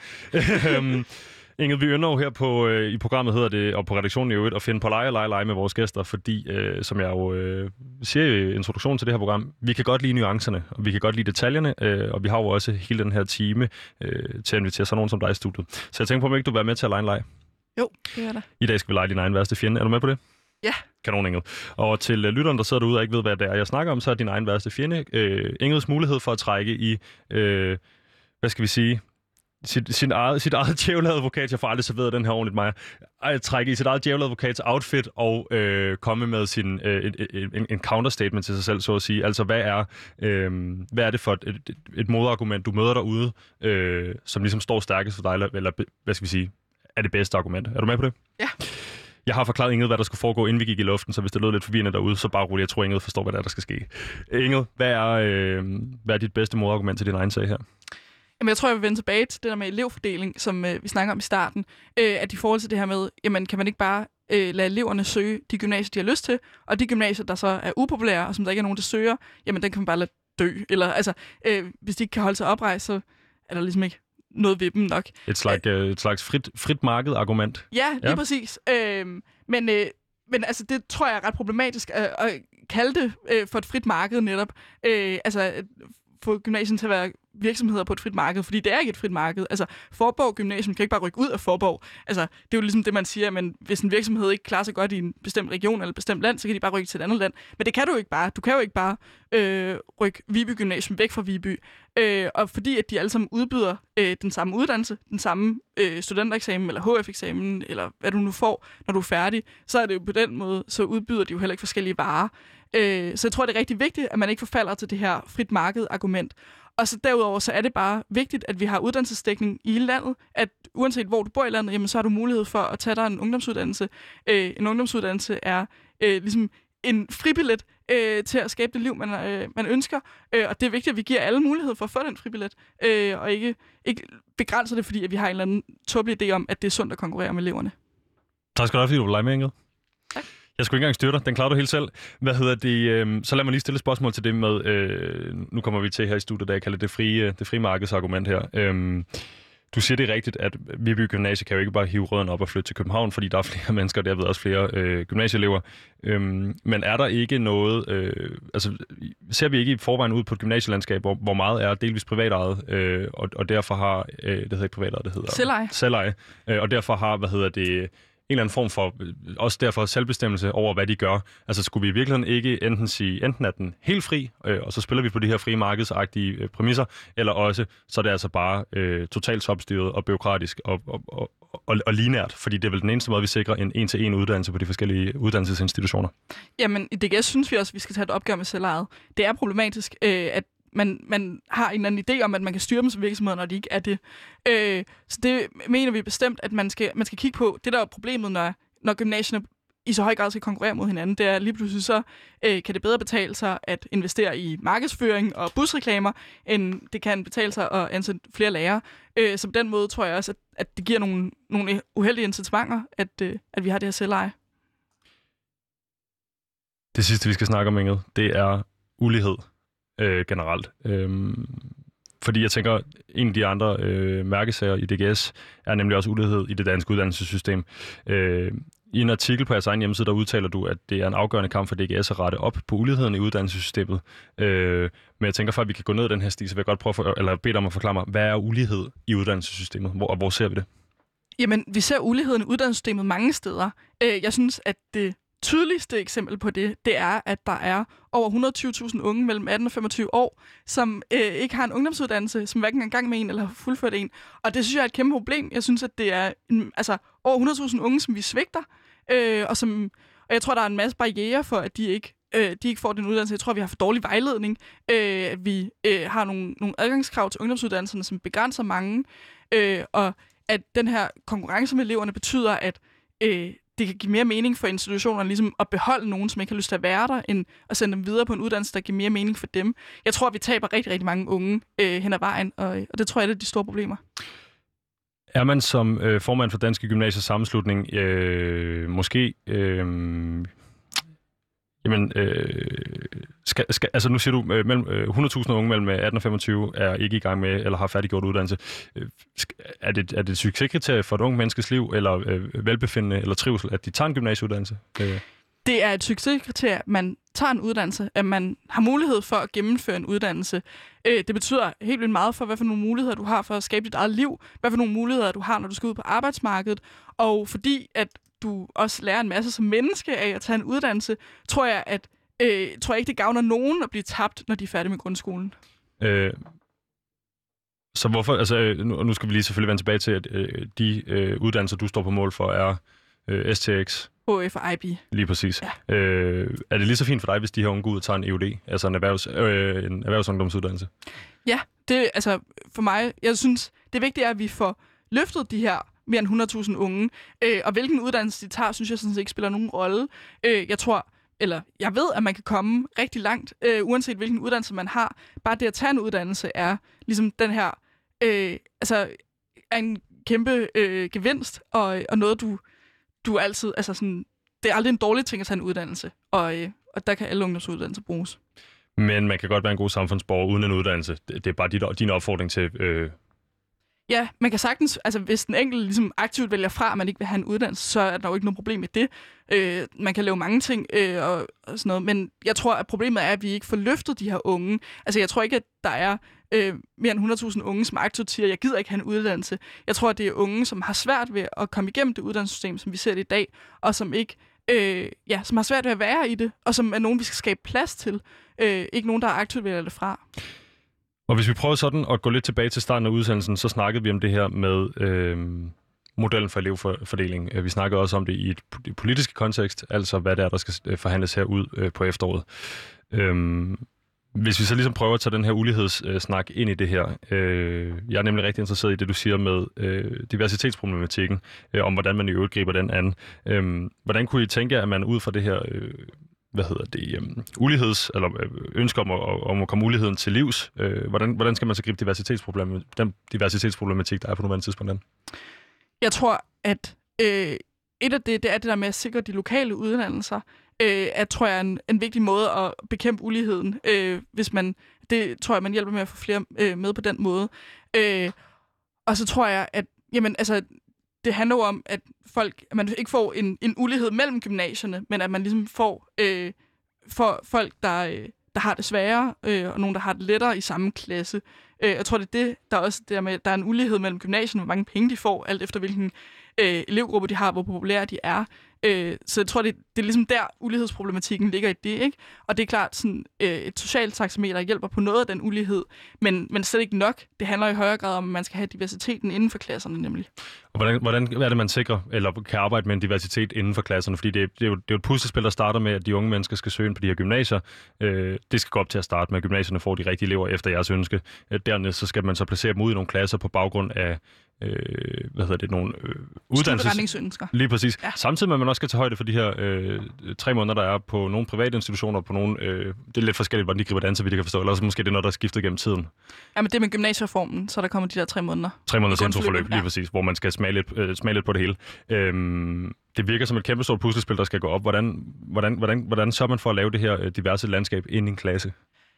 Inge, vi ynder jo her på, øh, i programmet, hedder det, og på redaktionen i øvrigt, at finde på lege og lege, lege med vores gæster, fordi, øh, som jeg jo øh, siger i introduktionen til det her program, vi kan godt lide nuancerne, og vi kan godt lide detaljerne, øh, og vi har jo også hele den her time øh, til at invitere sådan nogen som dig i studiet. Så jeg tænker på, om ikke du vil være med til at lege en leg? Jo, det er det. I dag skal vi lege din egen værste fjende. Er du med på det? Ja. Kanon, Ingrid. Og til øh, lytteren, der sidder derude og ikke ved, hvad det er, jeg snakker om, så er din egen værste fjende øh, Ingrids mulighed for at trække i, øh, hvad skal vi sige, Sit, sin eget, sit eget djævleadvokat, jeg får aldrig serveret den her ordentligt, Maja, at trække i sit eget djævleadvokats outfit og øh, komme med sin, øh, en, en, en counterstatement til sig selv, så at sige. Altså, hvad er, øh, hvad er det for et, et, et modargument, du møder derude, øh, som ligesom står stærkest for dig, eller, eller hvad skal vi sige, er det bedste argument? Er du med på det? Ja. Jeg har forklaret Ingrid, hvad der skulle foregå, inden vi gik i luften, så hvis det lød lidt forvirrende derude, så bare roligt. Jeg tror, Ingrid forstår, hvad der, er, der skal ske. Ingrid, hvad er, øh, hvad er dit bedste modargument til din egen sag her? Jamen, jeg tror, jeg vil vende tilbage til det der med elevfordeling, som øh, vi snakker om i starten. Øh, at i forhold til det her med, jamen, kan man ikke bare øh, lade eleverne søge de gymnasier, de har lyst til, og de gymnasier, der så er upopulære, og som der ikke er nogen, der søger, jamen, den kan man bare lade dø. Eller, altså, øh, hvis de ikke kan holde sig oprejst, så er der ligesom ikke noget ved dem nok. Et slags, øh, et slags frit, frit marked-argument. Ja, lige ja. præcis. Øh, men, øh, men altså, det tror jeg er ret problematisk at, at kalde det øh, for et frit marked netop. Øh, altså, få gymnasiet til at være virksomheder på et frit marked, fordi det er ikke et frit marked. Altså, Forborg Gymnasium kan ikke bare rykke ud af Forborg. Altså, det er jo ligesom det, man siger, men hvis en virksomhed ikke klarer sig godt i en bestemt region eller et bestemt land, så kan de bare rykke til et andet land. Men det kan du jo ikke bare. Du kan jo ikke bare øh, rykke Viby Gymnasium væk fra Viby. Øh, og fordi at de alle sammen udbyder øh, den samme uddannelse, den samme øh, studentereksamen eller H F-eksamen, eller hvad du nu får, når du er færdig, så er det jo på den måde, så udbyder de jo heller ikke forskellige varer. Øh, så jeg tror, det er rigtig vigtigt, at man ikke forfalder til det her frit marked-argument. Og så derudover, så er det bare vigtigt, at vi har uddannelsesdækning i hele landet, at uanset hvor du bor i landet, jamen, så har du mulighed for at tage dig en ungdomsuddannelse. Øh, en ungdomsuddannelse er øh, ligesom en fribillet øh, til at skabe det liv, man, øh, man ønsker. Øh, og det er vigtigt, at vi giver alle mulighed for at få den fribillet, øh, og ikke, ikke begrænser det, fordi at vi har en eller anden tåbelig idé om, at det er sundt at konkurrere med eleverne. Tak skal du have, fordi du vil lege med, Ingrid. Tak. Jeg skulle ikke engang styre dig. Den klarer du helt selv. Hvad hedder det? Øh, så lad mig lige stille et spørgsmål til det med, øh, nu kommer vi til her i studiet, der jeg kalder det frie, det frie markedsargument her. Øh, du siger det rigtigt, at Viby Gymnasie kan jo ikke bare hive røden op og flytte til København, fordi der er flere mennesker, og derved også flere øh, gymnasieelever. Øh, men er der ikke noget, øh, altså ser vi ikke i forvejen ud på et gymnasielandskab, hvor, hvor meget er delvis privatejet, øh, og, og derfor har, øh, det hedder ikke privatejet, det hedder selveje, selveje øh, og derfor har, hvad hedder det, en eller anden form for, også derfor selvbestemmelse over, hvad de gør. Altså skulle vi i virkeligheden ikke enten sige, enten er den helt fri, øh, og så spiller vi på de her frie markedsagtige øh, præmisser, eller også, så er det altså bare øh, totalt topstyret og bureaukratisk og, og, og, og, og linært, fordi det er vel den eneste måde, vi sikrer en en-til-en uddannelse på de forskellige uddannelsesinstitutioner. Jamen, i D G S synes vi også, at vi skal tage et opgør med selvejet. Det er problematisk, øh, at Man, man har en eller anden idé om, at man kan styre dem som virksomheder, når de ikke er det. Øh, så det mener vi bestemt, at man skal, man skal kigge på. Det, der er problemet, når, når gymnasierne i så høj grad skal konkurrere mod hinanden, det er lige pludselig så, øh, kan det bedre betale sig at investere i markedsføring og busreklamer, end det kan betale sig at ansætte flere lærere. Øh, så på den måde tror jeg også, at, at det giver nogle, nogle uheldige incitamenter, at, øh, at vi har det her selveje. Det sidste, vi skal snakke om, Ingrid, det er ulighed øh, generelt. Øhm, fordi jeg tænker, en af de andre øh, mærkesager i D G S er nemlig også ulighed i det danske uddannelsessystem. Øh, I en artikel på jeres egen hjemmeside, der udtaler du, at det er en afgørende kamp for D G S at rette op på uligheden i uddannelsessystemet. Øh, men jeg tænker, før vi kan gå ned ad den her sti, så vil jeg godt prøve at for, eller bede dig om at forklare mig, hvad er ulighed i uddannelsessystemet, hvor, og hvor ser vi det? Jamen, vi ser uligheden i uddannelsessystemet mange steder. Jeg synes, at det tydeligste eksempel på det, det er, at der er over et hundrede og tyve tusind unge mellem atten og femogtyve år, som øh, ikke har en ungdomsuddannelse, som hverken er i gang med en eller har fuldført en. Og det synes jeg er et kæmpe problem. Jeg synes, at det er en, altså, over hundrede tusind unge, som vi svigter, øh, og, som, og jeg tror, der er en masse barrierer for, at de ikke, øh, de ikke får den uddannelse. Jeg tror, vi har for dårlig vejledning. Øh, at vi øh, har nogle, nogle adgangskrav til ungdomsuddannelserne, som begrænser mange, øh, og at den her konkurrence med eleverne betyder, at øh, det kan give mere mening for institutionerne ligesom at beholde nogen, som ikke har lyst til at være der, end at sende dem videre på en uddannelse, der giver mere mening for dem. Jeg tror, at vi taber rigtig, rigtig mange unge øh, hen ad vejen, og, og det tror jeg er et af de store problemer. Er man som øh, formand for Danske Gymnasiers Sammenslutning øh, måske... Øh, Jamen, øh, skal, skal, altså nu siger du, øh, mellem øh, hundrede tusind unge mellem atten og femogtyve er ikke i gang med, eller har færdiggjort uddannelse. Øh, er, det, er det et succeskriterie for et ungt menneskes liv, eller øh, velbefindende, eller trivsel, at de tager en gymnasieuddannelse? Øh. Det er et succeskriterie, at man tager en uddannelse, at man har mulighed for at gennemføre en uddannelse. Øh, det betyder helt vildt meget for, hvad for nogle muligheder du har for at skabe dit eget liv, hvad for nogle muligheder du har, når du skal ud på arbejdsmarkedet, og fordi at du også lærer en masse som menneske af at tage en uddannelse, tror jeg, at øh, tror jeg ikke, det gavner nogen at blive tabt, når de er færdige med grundskolen. Øh, så hvorfor, altså nu, nu skal vi lige selvfølgelig vende tilbage til, at øh, de øh, uddannelser, du står på mål for, er øh, S T X. H F og I B. Lige præcis. Ja. Øh, er det lige så fint for dig, hvis de her unge går ud og tager en E U D, altså en, erhvervs, øh, en erhvervsungdomsuddannelse? Ja, det altså for mig, jeg synes, det vigtige er, at vi får løftet de her mere end hundrede tusind unge. Øh, og hvilken uddannelse de tager, synes jeg sådan set ikke spiller nogen rolle. Øh, jeg tror, eller jeg ved, at man kan komme rigtig langt, øh, uanset hvilken uddannelse man har. Bare det at tage en uddannelse er ligesom den her, øh, altså er en kæmpe øh, gevinst, og, og noget, du, du altid, altså sådan, det er aldrig en dårlig ting at tage en uddannelse, og, øh, og der kan alle ungdomsuddannelser bruges. Men man kan godt være en god samfundsborger uden en uddannelse. Det, det er bare dit, din opfordring til... Øh Ja, man kan sagtens, altså hvis den enkelte ligesom aktivt vælger fra, at man ikke vil have en uddannelse, så er der jo ikke noget problem med det. Øh, man kan lave mange ting øh, og, og sådan noget, men jeg tror, at problemet er, at vi ikke får løftet de her unge. Altså jeg tror ikke, at der er øh, mere end hundrede tusind unge, som aktivt siger, at jeg gider ikke have en uddannelse. Jeg tror, at det er unge, som har svært ved at komme igennem det uddannelsessystem, som vi ser det i dag, og som ikke øh, ja, som har svært ved at være i det, og som er nogen, vi skal skabe plads til. Øh, ikke nogen, der er aktivt vælger det fra. Og hvis vi prøver sådan at gå lidt tilbage til starten af udsendelsen, så snakkede vi om det her med øh, modellen for elevfordeling. Vi snakkede også om det i et politisk kontekst, altså hvad det er, der skal forhandles herud øh, på efteråret. Øh, hvis vi så ligesom prøver at tage den her ulighedssnak ind i det her. Øh, jeg er nemlig rigtig interesseret i det, du siger med øh, diversitetsproblematikken, øh, om hvordan man i øvrigt griber den an. Øh, hvordan kunne I tænke, at man ud fra det her... Øh, hvad hedder det, um, uligheds, eller ønsker om at, om at komme uligheden til livs. Uh, hvordan, hvordan skal man så gribe diversitetsproblem, den diversitetsproblematik, der er på nuværende tidspunkt? Den? Jeg tror, at øh, et af det, det er det der med at sikre de lokale uddannelser, øh, at tror jeg er en, en vigtig måde at bekæmpe uligheden, øh, hvis man, det tror jeg, man hjælper med at få flere øh, med på den måde. Øh, og så tror jeg, at jamen, altså, det handler jo om, at folk, at man ikke får en, en ulighed mellem gymnasierne, men at man ligesom får, øh, får folk, der, øh, der har det sværere, øh, og nogen, der har det lettere i samme klasse. Øh, jeg tror, det er det, der er også det der med, der er en ulighed mellem gymnasierne, hvor mange penge de får, alt efter hvilken øh, elevgruppe de har, hvor populære de er. Øh, så jeg tror, det, det er ligesom der, ulighedsproblematikken ligger i det, ikke? Og det er klart, sådan øh, et socialt taxameter hjælper på noget af den ulighed, men, men slet ikke nok. Det handler i højere grad om, at man skal have diversiteten inden for klasserne, nemlig. Og hvordan, hvordan er det, man sikrer, eller kan arbejde med en diversitet inden for klasserne? Fordi det, det, er, jo, det er jo et puslespil, der starter med, at de unge mennesker skal søge ind på de her gymnasier. Øh, det skal gå op til at starte med, at gymnasierne får de rigtige elever efter jeres ønske. Øh, dernæst så skal man så placere dem ud i nogle klasser på baggrund af øh, hvad hedder det, nogle øh, uddannelses... Lige præcis. Ja. Samtidig med, at man også skal tage højde for de her øh, tre måneder, der er på nogle private institutioner, på nogle, øh, det er lidt forskelligt, hvordan de griber det an, så vi det kan forstå. Eller også måske det er noget, der er skiftet gennem tiden. Ja, men det er med gymnasiereformen, så der kommer de der tre måneder. Tre måneders introforløb, lige præcis, hvor man skal smage lidt, øh, smage lidt på det hele. Øhm, det virker som et kæmpe stort puslespil, der skal gå op. Hvordan, hvordan, hvordan, hvordan sørger man for at lave det her øh, diverse landskab ind i en klasse?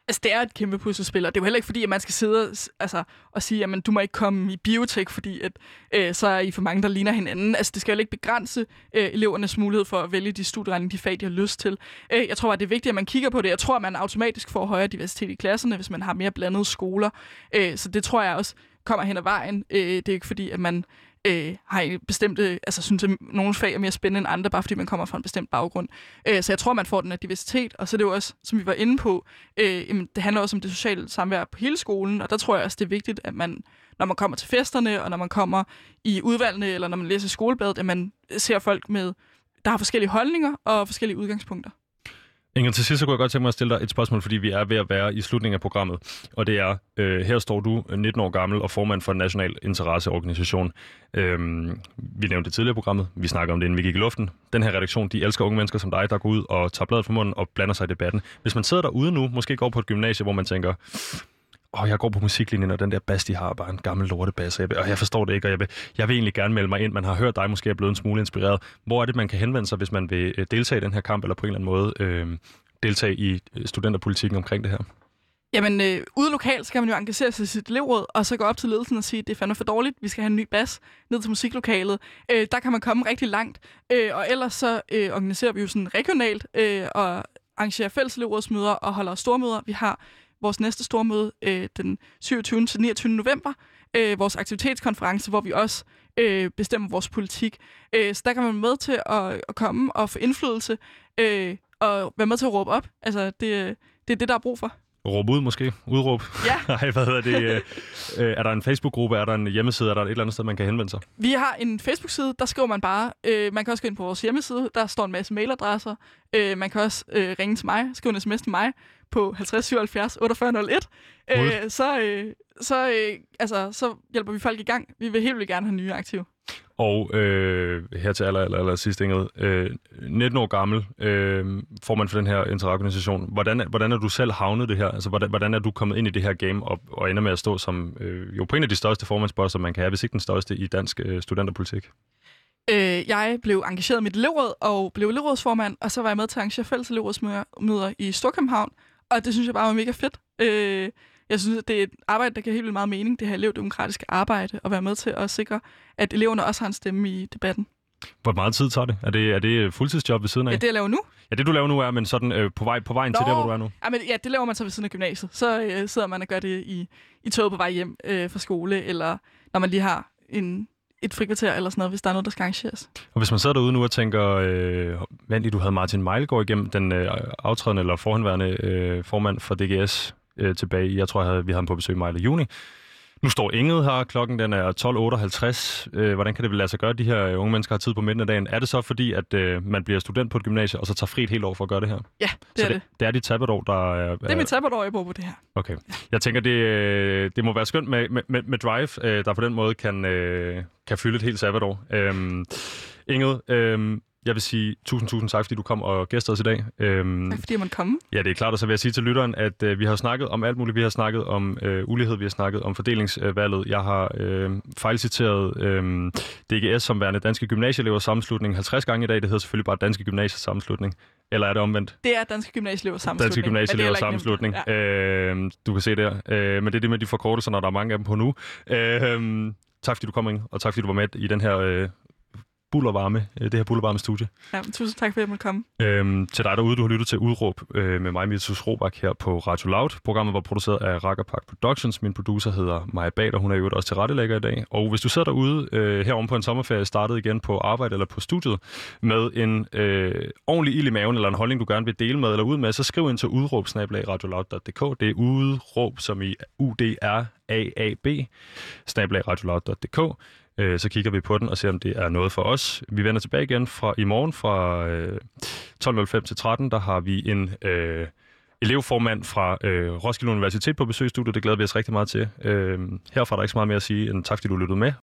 Altså, det er et kæmpe puslespil, og det er jo heller ikke fordi, at man skal sidde altså, og sige, at du må ikke komme i biotek, fordi at, øh, så er I for mange, der ligner hinanden. Altså, det skal jo ikke begrænse øh, elevernes mulighed for at vælge de studieretninger, de fag, de har lyst til. Øh, jeg tror, at det er vigtigt, at man kigger på det. Jeg tror, at man automatisk får højere diversitet i klasserne, hvis man har mere blandede skoler. Øh, så det tror jeg også kommer hen ad vejen. Øh, det er ikke fordi, at man øh, har en bestemte, altså synes, at nogle fag er mere spændende end andre, bare fordi man kommer fra en bestemt baggrund. Øh, så jeg tror, man får den her diversitet, og så er det jo også, som vi var inde på, øh, jamen, det handler også om det sociale samvær på hele skolen, og der tror jeg også, det er vigtigt, at man, når man kommer til festerne, og når man kommer i udvalgene, eller når man læser skolebladet, at man ser folk med, der har forskellige holdninger og forskellige udgangspunkter. Inger, til sidst så kunne jeg godt tænke mig at stille dig et spørgsmål, fordi vi er ved at være i slutningen af programmet. Og det er, øh, her står du, nitten år gammel og formand for en national interesseorganisation. Øhm, vi nævnte det tidligere i programmet. Vi snakker om det, inden vi gik i luften. Den her redaktion, de elsker unge mennesker som dig, der går ud og tager bladet fra munden og blander sig i debatten. Hvis man sidder derude nu, måske går på et gymnasie, hvor man tænker, åh, oh, jeg går på musiklinjen, og den der bas, de har, bare en gammel lortebasse, og jeg, jeg forstår det ikke, og jeg vil, jeg vil egentlig gerne melde mig ind. Man har hørt dig, måske er blevet en smule inspireret. Hvor er det, man kan henvende sig, hvis man vil deltage i den her kamp, eller på en eller anden måde øh, deltage i studenterpolitikken omkring det her? Jamen, øh, ude lokalt, så kan man jo engagere sig i sit elevråd, og så gå op til ledelsen og sige, det er fandme for dårligt, vi skal have en ny bas ned til musiklokalet. Øh, der kan man komme rigtig langt, øh, og ellers så øh, organiserer vi jo sådan regionalt, øh, og arrangerer fælles elevrådsmøder og holder stormøder. Vi har vores næste stormøde øh, den syvogtyvende til niogtyvende november, øh, vores aktivitetskonference, hvor vi også øh, bestemmer vores politik. Øh, så der kan man være med til at, at komme og få indflydelse, øh, og være med til at råbe op. Altså, det, det er det, der er brug for. Råb ud måske? Udråb? Ja. Nej, hvad hedder det? Øh, er der en Facebook-gruppe? Er der en hjemmeside? Er der et eller andet sted, man kan henvende sig? Vi har en Facebook-side, der skriver man bare. Øh, man kan også gå ind på vores hjemmeside. Der står en masse mailadresser. Øh, man kan også øh, ringe til mig, skrive en sms til mig på halvtreds syvoghalvfjerds otteogfyrre nul et. Øh, så, øh, så, øh, altså, så hjælper vi folk i gang. Vi vil helt vildt gerne have nye aktive. Og øh, her til aller, aller, aller sidst, Ingrid, øh, nitten år gammel, øh, formand for den her interesseorganisation. Hvordan, hvordan er du selv havnet det her? Altså, hvordan, hvordan er du kommet ind i det her game og, og ender med at stå som øh, jo på en af de største formandsposter, man kan have, hvis ikke den største i dansk øh, studenterpolitik? Øh, jeg blev engageret i mit elevråd og blev elevrådsformand, og så var jeg med til at arrangere fælles elevrådsmøder i Storkøbenhavn, og det synes jeg bare var mega fedt. Øh, Jeg synes, at det er et arbejde, der giver helt vildt meget mening, det her elevdemokratiske arbejde, og være med til at sikre, at eleverne også har en stemme i debatten. Hvor meget tid tager det? Er det, er det fuldtidsjob ved siden af? Ja, det jeg laver nu. Ja, det du laver nu er, men sådan øh, på, vej, på vejen Nå, til der, hvor du er nu? Ja, men, ja, det laver man så ved siden af gymnasiet. Så øh, sidder man og gør det i, i toget på vej hjem øh, fra skole, eller når man lige har en, et frikvarter eller sådan noget, hvis der er noget, der skal arrangeres. Og hvis man sidder derude nu og tænker, øh, vent, du havde Martin Mejlgaard igennem, den øh, aftrædende eller forhenværende øh, formand for D G S, øh, tilbage. Jeg tror, jeg havde, vi havde ham på besøg i maj eller juni. Nu står Ingrid her, klokken den er tolv otteoghalvtreds. Øh, hvordan kan det vel lade sig gøre, at de her unge mennesker har tid på midten af dagen? Er det så fordi, at øh, man bliver student på et gymnasie, og så tager fri et helt år for at gøre det her? Ja, det så er det. det. Det er dit sabbatår, der er... Det er mit sabbatår, jeg bor på det her. Okay. Jeg tænker, det, det må være skønt med, med, med Drive, øh, der på den måde kan, øh, kan fylde et helt sabbatår. Øhm, Ingrid, øh, jeg vil sige tusind, tusind tak, fordi du kom og gæstede os i dag. Øhm, tak, fordi jeg måtte komme. Ja, det er klart, og så vil jeg sige til lytteren, at øh, vi har snakket om alt muligt. Vi har snakket om øh, ulighed, vi har snakket om fordelingsvalget. Jeg har øh, fejlciteret øh, D G S som værende Danske Gymnasieelevers Sammenslutning halvtreds gange i dag. Det hedder selvfølgelig bare Danske Gymnasiers Sammenslutning. Eller er det omvendt? Det er Danske Gymnasieelevers Sammenslutning. Danske Gymnasieelevers Sammenslutning. Ja. Øh, du kan se der. Øh, men det er det med de forkortelser, når der er mange af dem på nu. Øh, tak fordi du kom, Inge, og tak fordi du var med i den her... Øh, bullervarme, det her bullervarme studie. Ja, tusind tak for, at jeg måtte komme. Øhm, til dig derude, du har lyttet til Udråb øh, med mig, Mitus Robak, her på Radio Loud. Programmet var produceret af Rakkerpark Productions. Min producer hedder Maja Bader, hun er jo også tilrettelægger i dag. Og hvis du sidder derude øh, herom på en sommerferie, startet igen på arbejde eller på studiet, med en øh, ordentlig ild i maven, eller en holdning, du gerne vil dele med eller ud med, så skriv ind til udråb snabel-a radioloud punktum d k. Det er udråb, som i U D R A A B, snabel-a radioloud punktum d k. Så kigger vi på den og ser, om det er noget for os. Vi vender tilbage igen fra i morgen fra øh, tolv nul fem til tretten. Der har vi en øh, elevformand fra øh, Roskilde Universitet på besøgsstudiet. Det glæder vi os rigtig meget til. Øh, herfra er der ikke så meget mere at sige, end tak fordi du lyttede med.